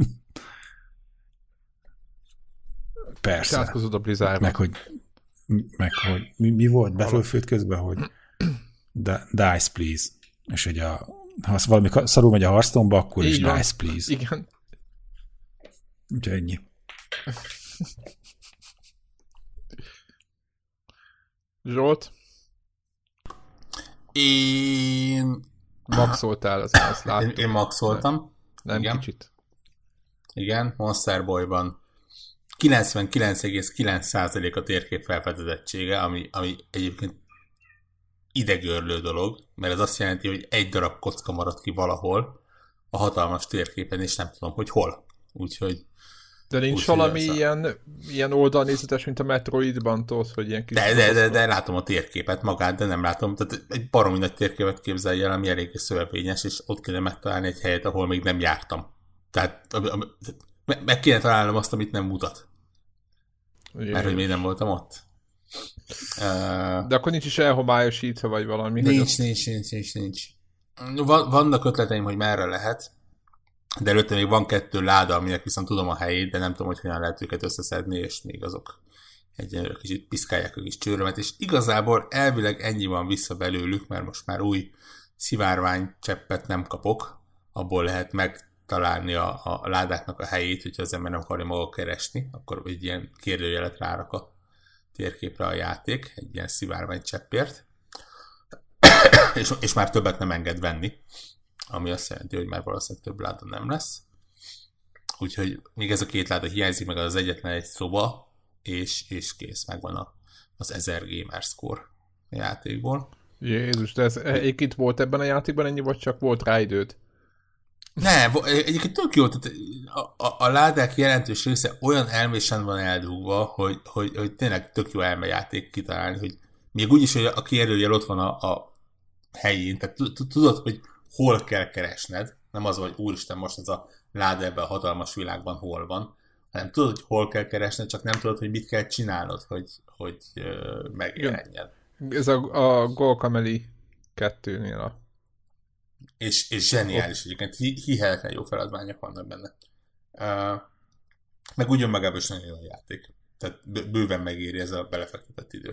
Persze. Átkozod a Blizzardba. Meg hogy, meg, hogy mi, mi volt? Befölfőtt közben, hogy dice, please. És hogy a, ha valami szarul megy a Hearthstone-ba, akkor így is van. Dice, please. Igen. Úgyhogy ennyi. Zsolt? Én... Maxoltál, az ezt láttam. Én, én maxoltam. Nem, igen. Kicsit. Igen, Monster Boy-ban kilencvenkilenc egész kilenc százalék a térkép felfedezettsége, ami, ami egyébként idegörlő dolog, mert ez azt jelenti, hogy egy darab kocka maradt ki valahol a hatalmas térképen, és nem tudom, hogy hol. Úgyhogy... De nincs úgy, valami a... ilyen, ilyen oldalnézetes, mint a Metroidban, tudod, hogy ilyen kis... De, de, de, de látom a térképet magát, de nem látom. Tehát egy baromi nagy térképet képzelj el, ami eléggé szövevényes, és ott kéne megtalálni egy helyet, ahol még nem jártam. Tehát ami, ami, meg kéne találnom azt, amit nem mutat. Jé. Mert hogy még nem voltam ott. De akkor nincs is elhomályosítva, vagy valami? Nincs, nincs, nincs, nincs, nincs. Vannak ötleteim, hogy merre lehet, de előtte még van kettő láda, aminek viszont tudom a helyét, de nem tudom, hogy hogyan lehet őket összeszedni, és még azok egyenlőre kicsit piszkálják a kis csőrömet, és igazából elvileg ennyi van vissza belőlük, mert most már új szivárvány cseppet nem kapok, abból lehet megtalálni a, a ládáknak a helyét, hogyha az ember nem akarja maga keresni, akkor egy ilyen kérdőjelet rárak a térképre a játék, egy ilyen szivárvány cseppért, és, és már többet nem enged venni, ami azt jelenti, hogy már valószínűleg több láda nem lesz. Úgyhogy még ez a két láda hiányzik, meg az egyetlen egy szoba, és, és kész, megvan a, az ezer gamer score a játékból. Jézus, de ez egyébként volt ebben a játékban ennyi, vagy csak volt rá időd? Ne, egyébként tök jó, tehát a, a, a ládák jelentős része olyan elmésen van eldugva, hogy, hogy, hogy tényleg tök jó elmejáték kitalálni, hogy még úgyis, hogy a kérdőjel ott van a, a helyén, tehát tudod, hogy hol kell keresned, nem az, hogy úristen, most ez a láda ebben a hatalmas világban hol van, hanem tudod, hogy hol kell keresned, csak nem tudod, hogy mit kell csinálnod, hogy, hogy uh, megjelenjen. Ez a, a Guacamelee kettőnél a... És, és zseniális egyébként, hihetetlen jó feladványok vannak benne. Uh, meg úgy önmagában is nagyon jó a játék. Tehát bőven megéri ez a belefektetett idő.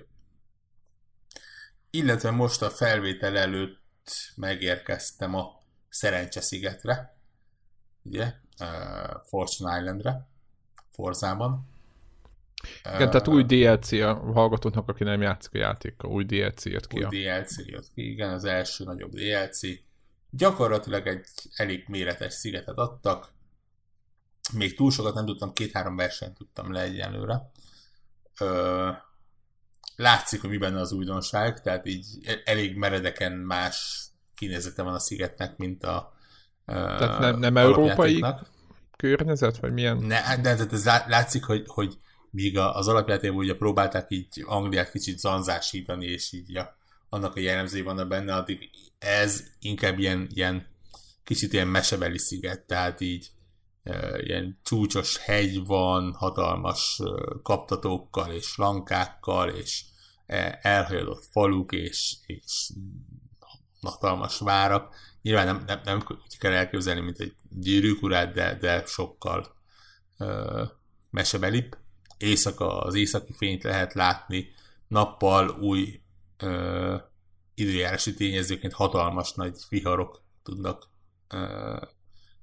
Illetve most a felvétel előtt megérkeztem a Szerencseszigetre, ugye, uh, Fortune Islandre, Forzában. Igen, uh, tehát új dé el cé a hallgatóknak, aki nem játszik a játékkal, új dé el cé jött ki. Új a... dé el cé jött ki, igen, az első nagyobb dé el cé. Gyakorlatilag egy elég méretes szigetet adtak. Még túl sokat nem tudtam, két-három versenyt tudtam le egyenlőre. Uh, látszik, hogy mi benne az újdonság, tehát így elég meredeken más kinézete van a szigetnek, mint a Tehát nem, nem európai környezet, vagy milyen? Ne, de, de ez látszik, hogy, hogy míg az alapjátékban ugye próbálták így Angliát kicsit zanzásítani, és így a, annak a jellemzői vannak benne, addig ez inkább ilyen, ilyen kicsit ilyen mesebeli sziget, tehát így e, ilyen csúcsos hegy van, hatalmas e, kaptatókkal és lankákkal, és e, elhagyadott faluk, és, és hatalmas várak. Nyilván nem, nem, nem kell elképzelni, mint egy Gyűrűk urát, de, de sokkal uh, mesebelibb. Éjszaka, az északi fényt lehet látni, nappal új uh, időjárási tényezőként hatalmas nagy viharok tudnak uh,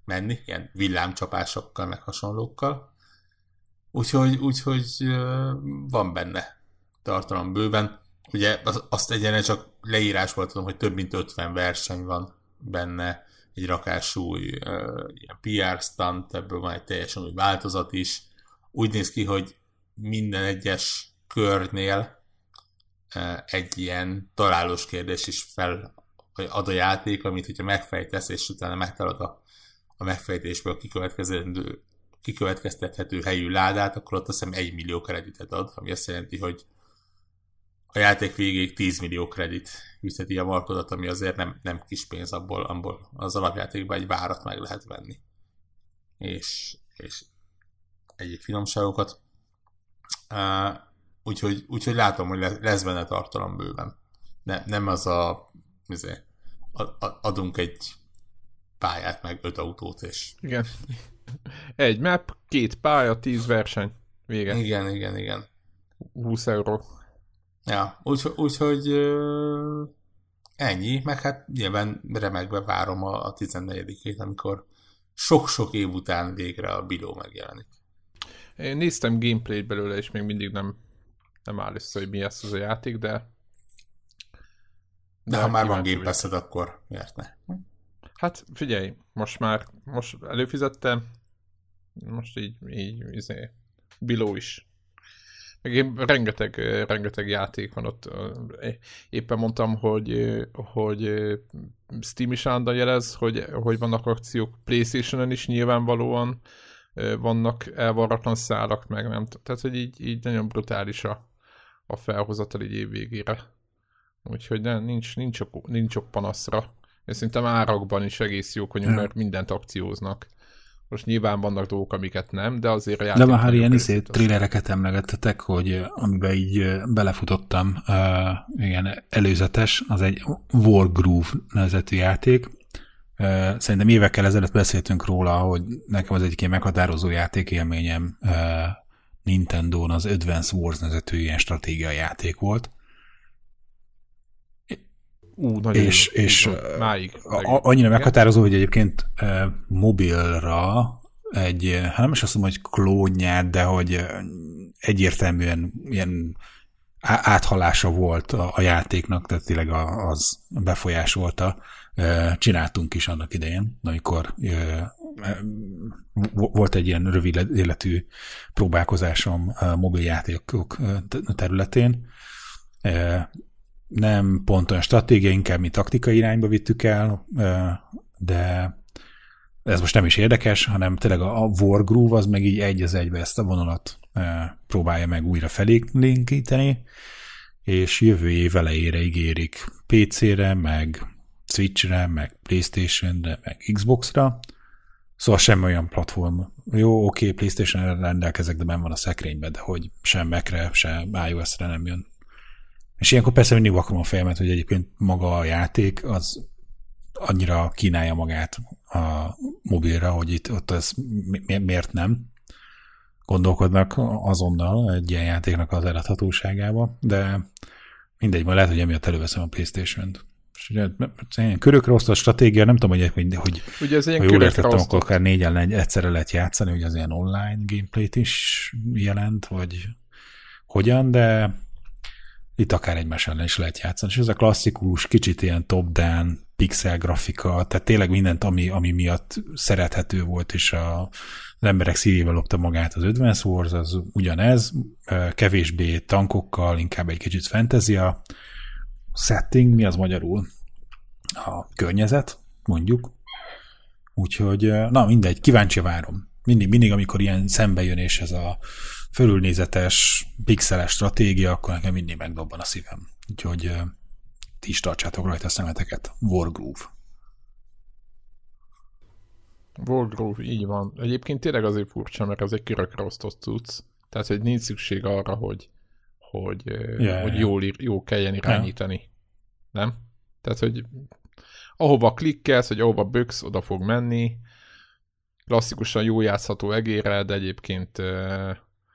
menni, ilyen villámcsapásokkal, meg hasonlókkal. Úgyhogy, úgyhogy van benne tartalom bőven. Ugye azt egyenlően csak leírásból tudom, hogy több mint ötven verseny van benne, egy rakású ilyen pé er stunt, ebből van egy teljesen új változat is. Úgy néz ki, hogy minden egyes körnél egy ilyen találós kérdés is fel ad a játék, amit hogyha megfejtesz, és utána megtalálod a, a megfejtésből kikövetkezendő kikövetkeztethető helyű ládát, akkor ott azt hiszem egy millió kreditet ad, ami azt jelenti, hogy a játék végéig tíz millió kredit üzleti a markodat, ami azért nem, nem kis pénz, abból, abból az alapjátékban egy várat meg lehet venni. És, és egyéb finomságokat. Uh, úgyhogy, úgyhogy látom, hogy lesz benne tartalom bőven. Ne, nem az a azért, adunk egy pályát, meg öt autót, és... Igen. Egy map, két pálya, tíz verseny. Vége. Igen, igen, igen. húsz euró. Ja, úgyhogy úgy, úgy, ennyi, meg hát nyilván remegve várom a, a tizennegyedikét, amikor sok-sok év után végre a Biló megjelenik. Én néztem gameplayt belőle, és még mindig nem, nem áll össze, hogy mi lesz az a játék, de... De, de ha már van Game Pass-ed, akkor miért ne? Hát figyelj, most már most előfizettem, most így, így izé, Biló is. Meg én, rengeteg, rengeteg játék van ott. Éppen mondtam, hogy, hogy Steam is állandóan jelez, hogy, hogy vannak akciók. PlayStation-on is nyilvánvalóan vannak elvarratlan szálak, meg nem. Tehát, hogy így, így nagyon brutális a, a felhozatal így év végére. Úgyhogy nem, nincs, nincs, ok, nincs ok panaszra. És szerintem árakban is egész jók vagyunk, mert mindent akcióznak. Most nyilván vannak dolgok, amiket nem, de azért a játék... De már ilyen izé, trélereket emlegettetek, hogy amiben így belefutottam, uh, igen, előzetes, az egy Wargroove nevezetű játék. Uh, szerintem évekkel ezelőtt beszéltünk róla, hogy nekem az egyik ilyen meghatározó játékélményem uh, Nintendón az Advance Wars nevezetű ilyen stratégiai játék volt. Ú, nagyon és, jó. és máig, a, annyira meghatározó, hogy egyébként e, mobilra egy, hát nem is azt mondom, hogy klónját, de hogy egyértelműen ilyen áthalása volt a, a játéknak, tehát tényleg a, az befolyásolta. E, csináltunk is annak idején, amikor e, volt egy ilyen rövid életű próbálkozásom a mobiljátékok területén. E, nem pont olyan stratégia, inkább mi taktikai irányba vittük el, de ez most nem is érdekes, hanem tényleg a Wargroove az meg így egy az egybe ezt a vonalat próbálja meg újra felélinkíteni, és jövő év elejére ígérik pé cére, meg Switchre, meg PlayStationre, meg Xboxra, szóval semmi olyan platform. Jó, oké, okay, PlayStation-re rendelkezek, de benn van a szekrényben, de hogy sem Mac-re, sem iOS-re nem jön. És ilyenkor persze mindig vakarom a fejemet, hogy egyébként maga a játék az annyira kínálja magát a mobilra, hogy itt ott ez mi, miért nem gondolkodnak azonnal egy ilyen játéknak az eladhatóságába, de mindegy, majd lehet, hogy emiatt előveszem a PlayStation-t. És ugye ilyen körökre osztott stratégia, nem tudom, hogy, hogy ugye ez ha jól értettem, osztott, akkor akár négyen egyszerre lehet játszani, hogy az ilyen online gameplayt is jelent, vagy hogyan, de itt akár egymás ellen is lehet játszani. És ez a klasszikus, kicsit ilyen top-down, pixel grafika, tehát tényleg mindent, ami, ami miatt szerethető volt, és a, az emberek szívével lopta magát az Advance Wars, az ugyanez, kevésbé tankokkal, inkább egy kicsit fantasy-a setting, mi az magyarul? A környezet, mondjuk. Úgyhogy, na mindegy, kíváncsi várom. Mindig, mindig, amikor ilyen szembe jön, és ez a fölülnézetes, pixeles stratégia, akkor nekem mindig megdobban a szívem. Úgyhogy uh, ti is tartsátok rajta a szemeteket. Wargroove. Wargroove, így van. Egyébként tényleg azért furcsa, mert ez egy körökre osztott cucc. Tehát, hogy nincs szükség arra, hogy, hogy, yeah, hogy jól, jól kelljen irányítani. Yeah. Nem? Tehát, hogy ahova klikkelsz, vagy ahova böksz, oda fog menni. Klasszikusan jó játszható egérrel, de egyébként uh,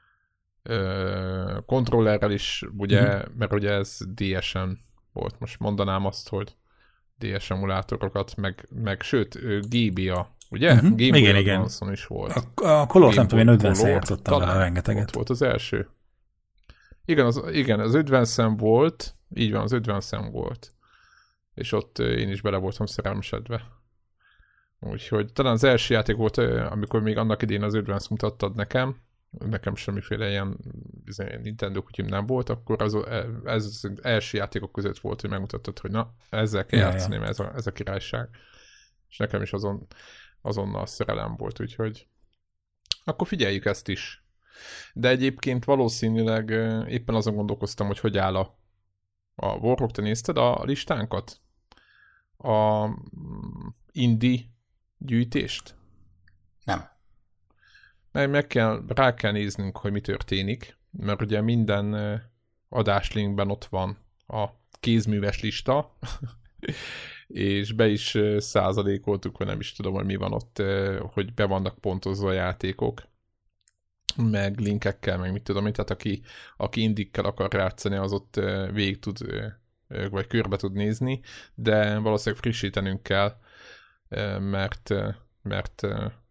uh, kontrollerrel is, ugye, mm-hmm. mert ugye ez dé es en volt. Most mondanám azt, hogy dé es emulátorokat, meg, meg sőt, gé bé á Ugye? Uh-huh. Game igen, Boy igen. Advance-on is volt. A, a Colort nem tudom, én ötven-szer játszottam vele rengeteget. Ott volt az első. Igen, az, igen, az ötven volt, így van, az ötven volt. És ott én is bele voltam szerelmesedve. Úgyhogy talán az első játék volt, amikor még annak idén az ötven mutattad nekem, nekem semmiféle ilyen Nintendo kutyim nem volt, akkor az, ez az első játékok között volt, hogy megmutattad, hogy na, ezzel kell ja, játszani, ja. Ez, a, ez a királyság. És nekem is azon, azonnal szerelem volt, úgyhogy akkor figyeljük ezt is. De egyébként valószínűleg éppen azon gondolkoztam, hogy hogy áll a, a Warhawk, te nézted a listánkat? A indie gyűjtést? Nem. Meg, meg kell, rá kell néznünk, hogy mi történik, mert ugye minden adáslinkben ott van a kézműves lista, és be is százalékoltuk, vagy nem is tudom, hogy mi van ott, hogy be vannak pontozva a játékok, meg linkekkel, meg mit tudom én, tehát aki, aki indikkel akar játszani, az ott végig tud, vagy körbe tud nézni, de valószínűleg frissítenünk kell, mert, mert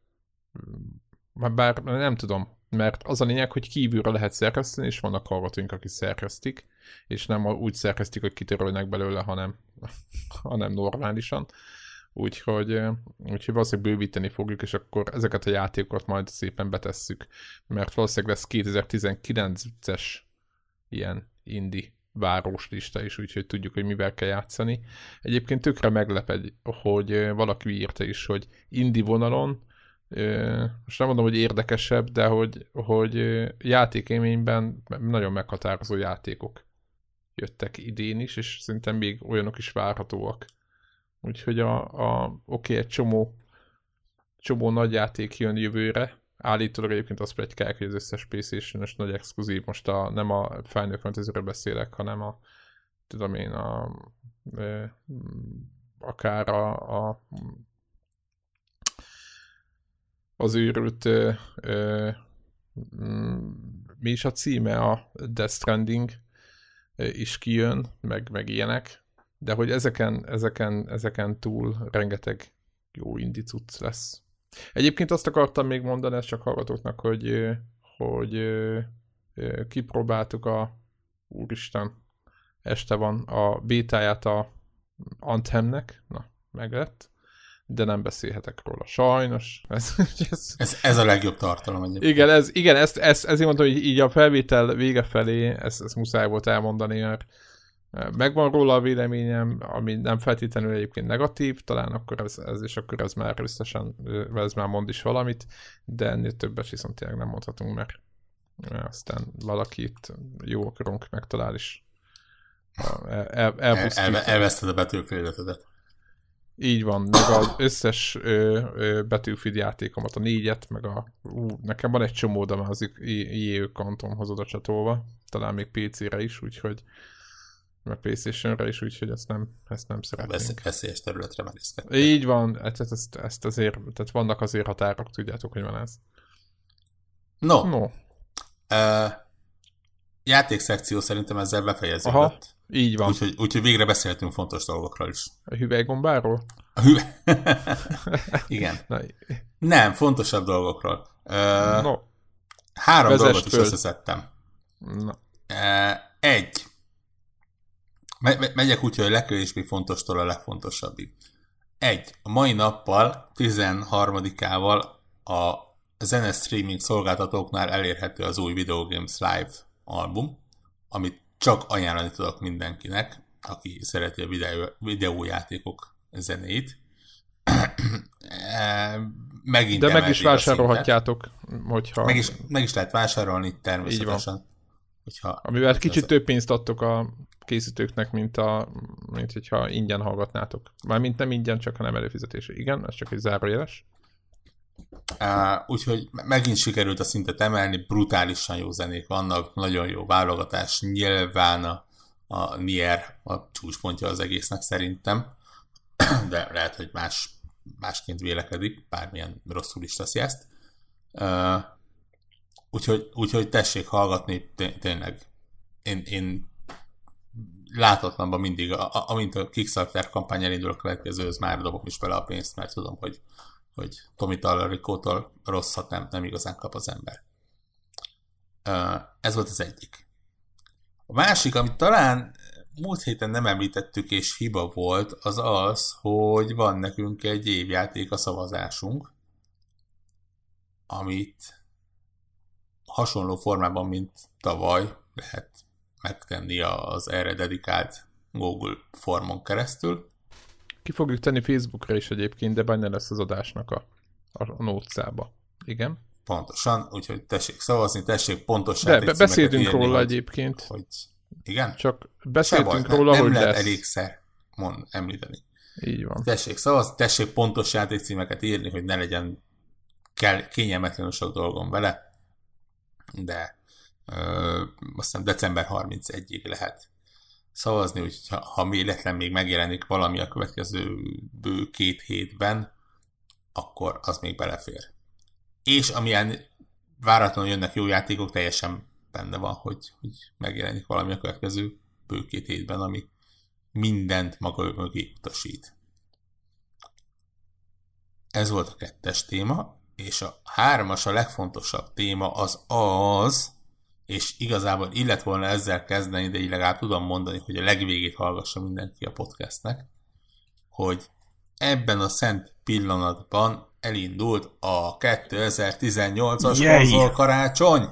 bár nem tudom, mert az a lényeg, hogy kívülről lehet szerkeszteni, és vannak hallgatóink, akik szerkesztik, és nem úgy szerkesztik, hogy kitörölnek belőle, hanem, hanem normálisan. Úgyhogy, úgyhogy valószínűleg bővíteni fogjuk, és akkor ezeket a játékokat majd szépen betesszük, mert valószínűleg lesz kétezer-tizenkilences ilyen indie várós lista is, úgyhogy tudjuk, hogy mivel kell játszani. Egyébként tökre meglep, hogy valaki írta is, hogy indie vonalon, most nem mondom, hogy érdekesebb, de hogy, hogy játékélményben nagyon meghatározó játékok jöttek idén is, és szerintem még olyanok is várhatóak. Úgyhogy a, a oké, okay, egy csomó, csomó nagy játék jön jövőre. Állítólag egyébként azt pletykálják, hogy az összes PlayStation-es nagy exkluzív, most a, nem a Final Fantasy-ről beszélek, hanem a, tudom én, a, e, akár a, a az őrült ö, ö, mi is a címe, a Death Stranding is kijön, meg, meg ilyenek, de hogy ezeken, ezeken, ezeken túl rengeteg jó indie cucc lesz. Egyébként azt akartam még mondani, ezt csak hallgatóknak, hogy, hogy kipróbáltuk a úristen, este van a bétáját a Anthemnek, na, meg lett, de nem beszélhetek róla. Sajnos. Ez, ez, ez, ez a legjobb tartalom egyébként. Igen, ez, igen ezt, ezt, ezért mondtam, hogy így a felvétel vége felé, ezt, ezt muszáj volt elmondani, mert megvan róla a véleményem, ami nem feltétlenül egyébként negatív, talán akkor ez, ez és akkor ez már összesen, ez már mond is valamit, de ennél többet viszont tényleg nem mondhatunk, mert aztán valaki itt jó akarunk megtalál is. El, el, el, el, elveszted a betűféletedet. Így van, meg az összes ö, ö, Battlefield játékomat, a négyet, meg a... Ú, nekem van egy csomó, de már az i á kantomhoz oda csatolva, talán még pé cére is, úgyhogy meg PlayStation-re is, úgyhogy ezt nem, ezt nem szeretnénk. Veszélyes területre merészkedtek. Így van, ezt, ezt, ezt azért, tehát vannak azért határok, tudjátok, hogy van ez. No. no. Uh, játékszekció szerintem ezzel befejeződött. Aha, így van. Úgyhogy, úgyhogy végre beszéltünk fontos dolgokról is. A hüvelygombáról? A hüve... Igen. Na. Nem, fontosabb dolgokról. Uh, no. Három Vezest dolgot is föl. összeszedtem. No. Uh, egy. Me- megyek úgy, hogy a legkevésbé fontostól a legfontosabbig. Egy. A mai nappal, tizenharmadikával a zene streaming szolgáltatóknál elérhető az új Video Games Live album, amit csak ajánlani tudok mindenkinek, aki szereti a videó, videójátékok zenéit. Megint de meg is vásárolhatjátok, hogyha... Meg is, meg is lehet vásárolni természetesen. Hogyha, amivel kicsit több pénzt adtok a készítőknek, mint, a, mint hogyha ingyen hallgatnátok. Mármint nem ingyen, csak hanem előfizetés. Igen, ez csak egy zárójeles. Uh, úgyhogy megint sikerült a szintet emelni, brutálisan jó zenék vannak, nagyon jó válogatás, nyilván a, a Nier a csúcspontja az egésznek szerintem, de lehet, hogy más, másként vélekedik, bármilyen rosszul is teszi ezt. Uh, úgyhogy, úgyhogy tessék hallgatni, té- tényleg. Én, én láthatatlanban mindig, a, a, amint a Kickstarter kampány elindul a következőhöz, már dobom is bele a pénzt, mert tudom, hogy hogy Tommy Tallaricótól rosszat nem, nem igazán kap az ember. Ez volt az egyik. A másik, amit talán múlt héten nem említettük, és hiba volt, az az, hogy van nekünk egy évjáték a szavazásunk, amit hasonló formában, mint tavaly lehet megtenni az erre dedikált Google formon keresztül. Ki fogjuk tenni Facebookra is egyébként, de benne lesz az adásnak a, a, a nótszába. Igen? Pontosan, úgyhogy tessék szavazni, tessék pontosan. De beszéltünk írni, róla hogy, egyébként. Hogy, igen? Csak beszéltünk Seba, róla, nem, hogy nem lehet lesz. elégszer mond, említeni. Így van. Tessék szavazni, tessék pontos játékcímeket írni, hogy ne legyen kell, kényelmetlenül sok dolgom vele, de ö, azt hiszem december harmincegyedikéig lehet szavazni, úgyhogy ha, ha véletlen még megjelenik valami a következő bő két hétben, akkor az még belefér. És amilyen váratlanul jönnek jó játékok, teljesen benne van, hogy, hogy megjelenik valami a következő bő két hétben, ami mindent maga mögé utasít. Ez volt a kettes téma, és a hármas, a legfontosabb téma az az, és igazából illet volna ezzel kezdeni, de így legalább tudom mondani, hogy a legvégét hallgassa mindenki a podcastnek, hogy ebben a szent pillanatban elindult a kétezer-tizennyolcas konzol karácsony.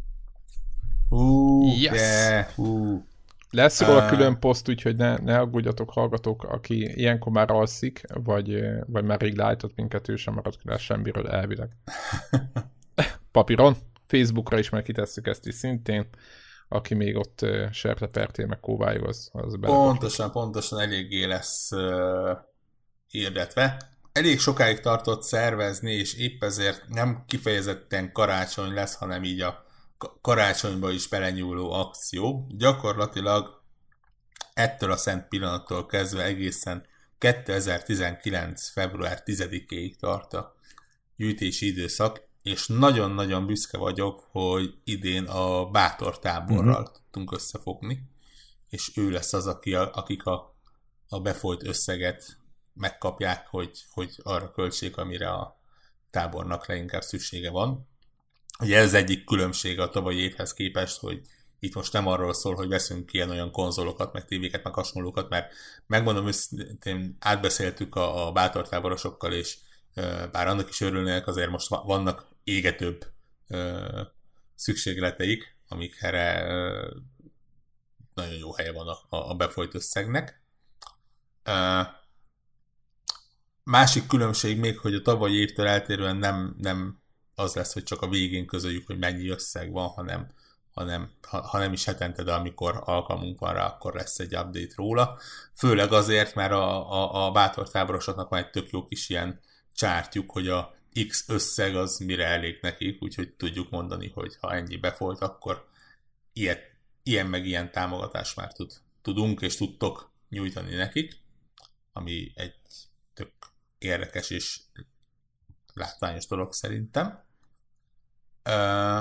Hú, yes. de, hú. Lesz róla uh, külön poszt, úgyhogy ne, ne aggódjatok, hallgatók, aki ilyenkor már alszik, vagy, vagy már rég lájtott minket, ő sem maradt ki semmiről elvileg. Papíron. Facebookra is megkitesszük ezt is szintén. Aki még ott uh, sertepertél, meg kóvályog, az, az bele. Pontosan, pontosan eléggé lesz uh, hirdetve. Elég sokáig tartott szervezni, és épp ezért nem kifejezetten karácsony lesz, hanem így a karácsonyba is belenyúló akció. Gyakorlatilag ettől a szent pillanattól kezdve egészen kétezer-tizenkilenc. február tizedikéig tart a gyűjtési időszak, és nagyon-nagyon büszke vagyok, hogy idén a Bátor táborral uh-huh. tudtunk összefogni, és ő lesz az, aki a, akik a, a befolyt összeget megkapják, hogy, hogy arra költsék, amire a tábornak leginkább szüksége van. Ugye ez egyik különbség a tavalyi évhez képest, hogy itt most nem arról szól, hogy veszünk ilyen-olyan konzolokat, meg tévéket, meg hasonlókat, mert megmondom őszintén, átbeszéltük a, a Bátor táborosokkal, és e, bár annak is örülnének, azért most vannak égetőbb e, szükségleteik, amikre e, nagyon jó helye van a, a befolyt összegnek. E, másik különbség még, hogy a tavalyi évtől eltérően nem, nem az lesz, hogy csak a végén közöljük, hogy mennyi összeg van, hanem, hanem ha, ha nem is hetente, de amikor alkalmunk van rá, akkor lesz egy update róla. Főleg azért, mert a, a, a Bátor táborosoknak van egy tök jó kis ilyen csártyuk, hogy a X összeg az mire elég nekik, úgyhogy tudjuk mondani, hogy ha ennyi befolyt, akkor ilyet, ilyen meg ilyen támogatást már tud, tudunk és tudtok nyújtani nekik, ami egy tök érdekes és látványos dolog szerintem. Uh,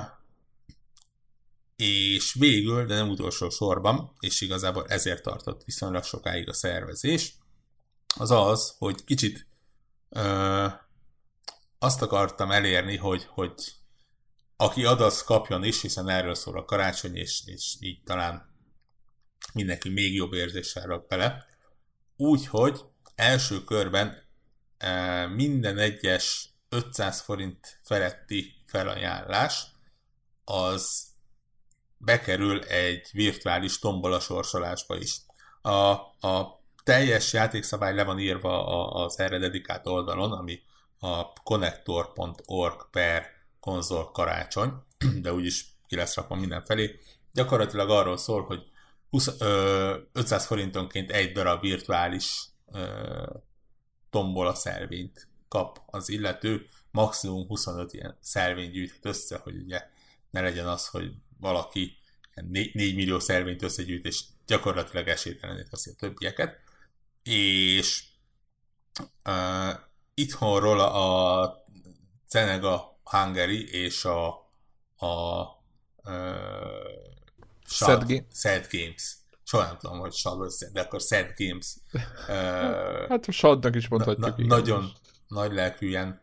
és végül, de nem utolsó sorban, és igazából ezért tartott viszonylag sokáig a szervezés, az az, hogy kicsit uh, azt akartam elérni, hogy, hogy aki ad, az kapjon is, hiszen erről szól a karácsony, és, és így talán mindenki még jobb érzéssel rak bele. Úgyhogy első körben uh, minden egyes ötszáz forint feletti felajánlás, az bekerül egy virtuális tombola sorsolásba is. A, a teljes játékszabály le van írva az erre dedikált oldalon, ami a connector pont org per konzol karácsony, de úgyis ki lesz rakva mindenfelé. Gyakorlatilag arról szól, hogy húsz, ö, ötszáz forintonként egy darab virtuális ö, tombola szelvényt kap az illető, maximum huszonöt ilyen szelvényt gyűjthet össze, hogy ugye ne legyen az, hogy valaki négy millió szelvényt összegyűjt, és gyakorlatilag esélytelenné teszi a többieket. És uh, itthonról a Cenega Hungary és a, a uh, Sad, Sad Games. Soha nem tudom, hogy Sad össze, de akkor Sad Games. Uh, hát a Sadnak is mondhatjuk. Na, nagyon nagy lelkűen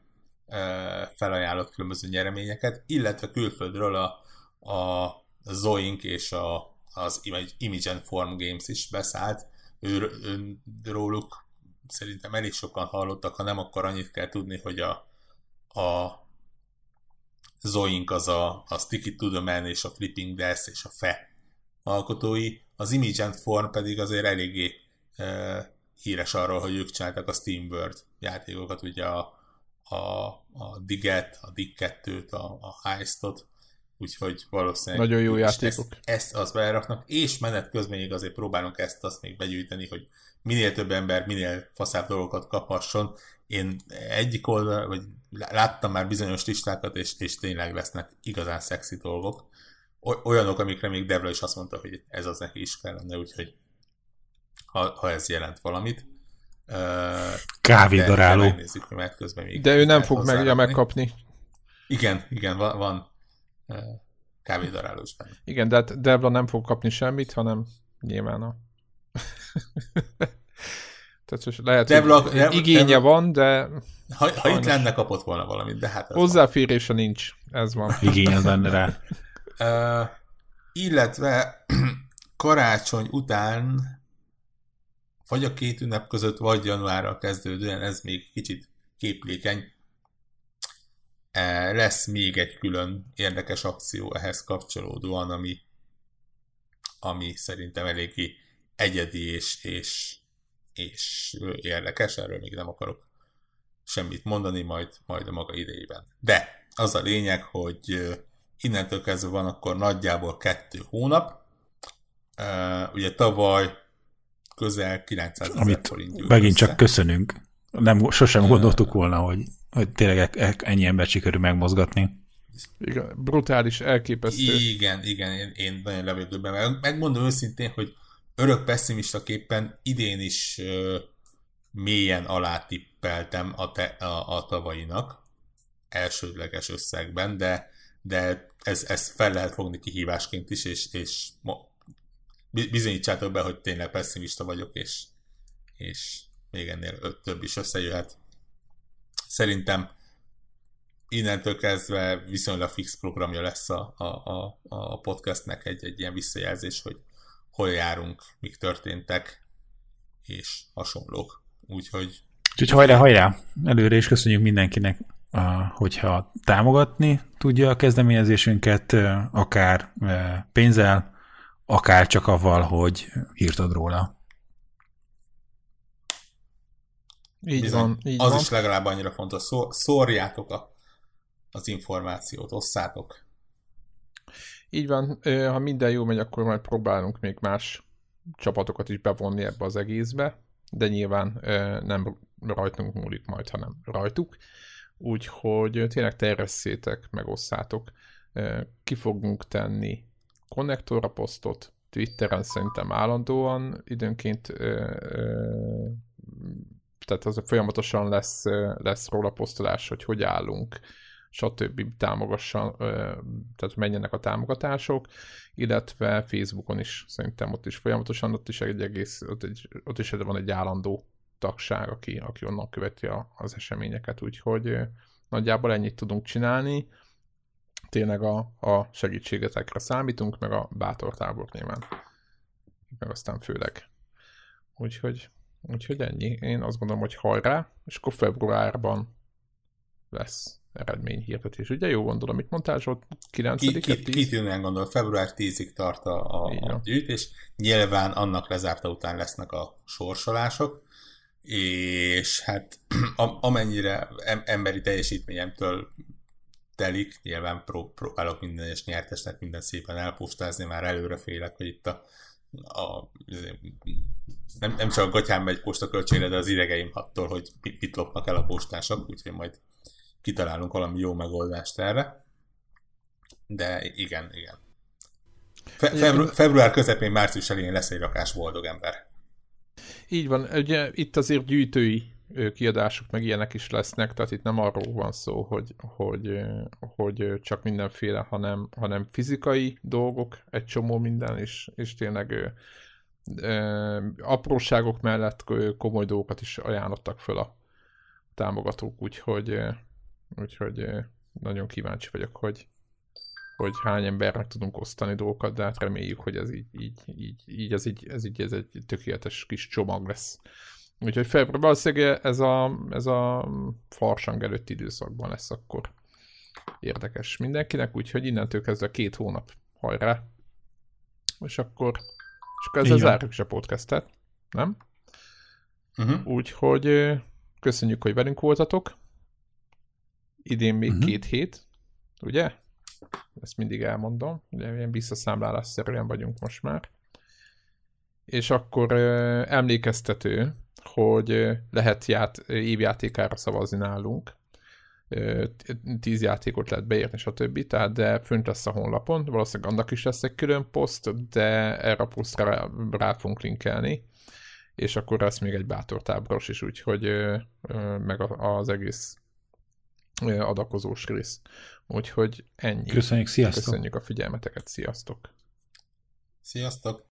felajánlott különböző nyereményeket, illetve külföldről a, a Zoink és a, az Image and Form Games is beszállt. Ő, ő, róluk szerintem elég sokan hallottak, ha nem, akkor annyit kell tudni, hogy a, a Zoink az a, a Sticky to the Man és a Flipping Death és a Fe alkotói, az Image and Form pedig azért eléggé e, híres arról, hogy ők csináltak a SteamWorld játékokat, ugye a, a, a Diget, a Dig kettőt, a, a Heistot, úgyhogy valószínűleg nagyon jó játékok. Ezt, ezt azt beraknak, és menet közben még azért próbálunk ezt azt még begyűjteni, hogy minél több ember minél faszább dolgokat kaphasson. Én egyik oldal, vagy láttam már bizonyos listákat, és, és tényleg lesznek igazán szexi dolgok. Olyanok, amikre még Devla is azt mondta, hogy ez az neki is kellene, úgyhogy ha, ha ez jelent valamit. Uh, Kávédaráló. De, megnézzük, hogy meg közben még de ő nem fog meg, megkapni. Igen, igen, van, van uh, kávédaráló is benne. Igen, de hát Devla nem fog kapni semmit, hanem nyilván a... Tehát lehet, Devla, hogy Devla, igénye Devla, van, de... Ha, ha itt lenne, kapott volna valamit, de hát... Hozzáférése nincs, ez van. Igény az lenne rá. Uh, illetve karácsony után vagy a két ünnep között, vagy januárra kezdődően, ez még kicsit képlékeny, uh, lesz még egy külön érdekes akció ehhez kapcsolódóan, ami, ami szerintem eléggé egyedi és, és, és érdekes, erről még nem akarok semmit mondani, majd, majd a maga idejében. De az a lényeg, hogy innentől kezdve van akkor nagyjából kettő hónap. Uh, ugye tavaly közel kilencszázezer forint gyűjt megint össze. Csak köszönünk. Nem, sosem gondoltuk volna, hogy, hogy tényleg ennyi embert sikerül megmozgatni. Igen, brutális, elképesztő. Igen, igen, én, én nagyon levédőben. Megmondom őszintén, hogy örök pessimistaképpen idén is uh, mélyen alátippeltem a, te, a, a tavalyinak elsődleges összegben, de, de ez, ez fel lehet fogni kihívásként is, és, és bizonyítsátok be, hogy tényleg pessimista vagyok, és, és még ennél több is összejöhet. Szerintem innentől kezdve viszonylag fix programja lesz a, a, a, a podcastnek egy, egy ilyen visszajelzés, hogy hol járunk, mik történtek, és hasonlók. Úgyhogy... Úgyhogy hajrá, hajrá! Előre is köszönjük mindenkinek, hogyha támogatni tudja a kezdeményezésünket, akár pénzzel, akár csak avval, hogy hírt ad róla. Így Bizony, van. Így az van. is legalább annyira fontos. Szó, szórjátok a, az információt, osszátok. Így van. Ha minden jó megy, akkor majd próbálunk még más csapatokat is bevonni ebbe az egészbe, de nyilván nem rajtunk múlik majd, hanem rajtuk. Úgyhogy tényleg terjesszétek, megosszátok. Ki fogunk tenni konnektorra posztot, Twitteren szerintem állandóan, időnként tehát az folyamatosan lesz, lesz róla posztolás, hogy hogy állunk, stb. Támogassan, tehát menjenek a támogatások, illetve Facebookon is szerintem ott is folyamatosan, ott is egy egész, ott, egy, ott is van egy állandó tagság, aki, aki onnan követi a, az eseményeket, úgyhogy nagyjából ennyit tudunk csinálni. Tényleg a, a segítségetekre számítunk, meg a bátor tábor nyilván. Meg aztán főleg. Úgyhogy, úgyhogy ennyi. Én azt gondolom, hogy hajrá, és akkor februárban lesz eredményhirdetés. Ugye jó gondolom, mit mondtál, Zsolt? kilencedike? Kitűnően gondolom, február tízig tart a, a, a gyűjtés. Nyilván annak lezárta után lesznek a sorsolások, és hát amennyire emberi teljesítményemtől telik, nyilván pró- próbálok minden és nyertesnek minden szépen elpostázni, már előre félek, hogy itt a, a nem, nem csak a gatyám megy postaköltségre, de az idegeim attól, hogy mit lopnak el a postások, úgyhogy majd kitalálunk valami jó megoldást erre. De igen, igen. Fe- febru- február közepén, március elején lesz egy rakás boldog ember. Így van, ugye itt azért gyűjtői kiadások meg ilyenek is lesznek, tehát itt nem arról van szó, hogy, hogy, hogy csak mindenféle, hanem, hanem fizikai dolgok, egy csomó minden, és, és tényleg ö, ö, apróságok mellett komoly dolgokat is ajánlottak föl a támogatók, úgyhogy, úgyhogy nagyon kíváncsi vagyok, hogy, hogy hány embernek tudunk osztani dolgokat, de hát reméljük, hogy ez így, így, így, így, ez, így, ez így ez egy tökéletes kis csomag lesz. Úgyhogy február, valószínűleg ez a, ez a farsang előtti időszakban lesz akkor érdekes mindenkinek, úgyhogy innentől kezdve két hónap, hajrá! És akkor, és akkor ezzel zárjuk is a podcastet, nem? Uh-huh. Úgyhogy köszönjük, hogy velünk voltatok. Idén még uh-huh. két hét, ugye? Ezt mindig elmondom, ugye ilyen visszaszámlálásszerűen vagyunk most már. És akkor uh, emlékeztető, hogy lehet ját, évjátékára szavazni nálunk. tíz játékot lehet beírni, stb. Tehát, de fönt lesz a honlapon, valószínűleg annak is lesz egy külön poszt, de erre a posztra rá, rá fogunk linkelni, és akkor lesz még egy bátortáboros is, úgyhogy meg az egész adakozós rész. Úgyhogy ennyi. Köszönjük, sziasztok! Köszönjük a figyelmeteket, sziasztok! Sziasztok!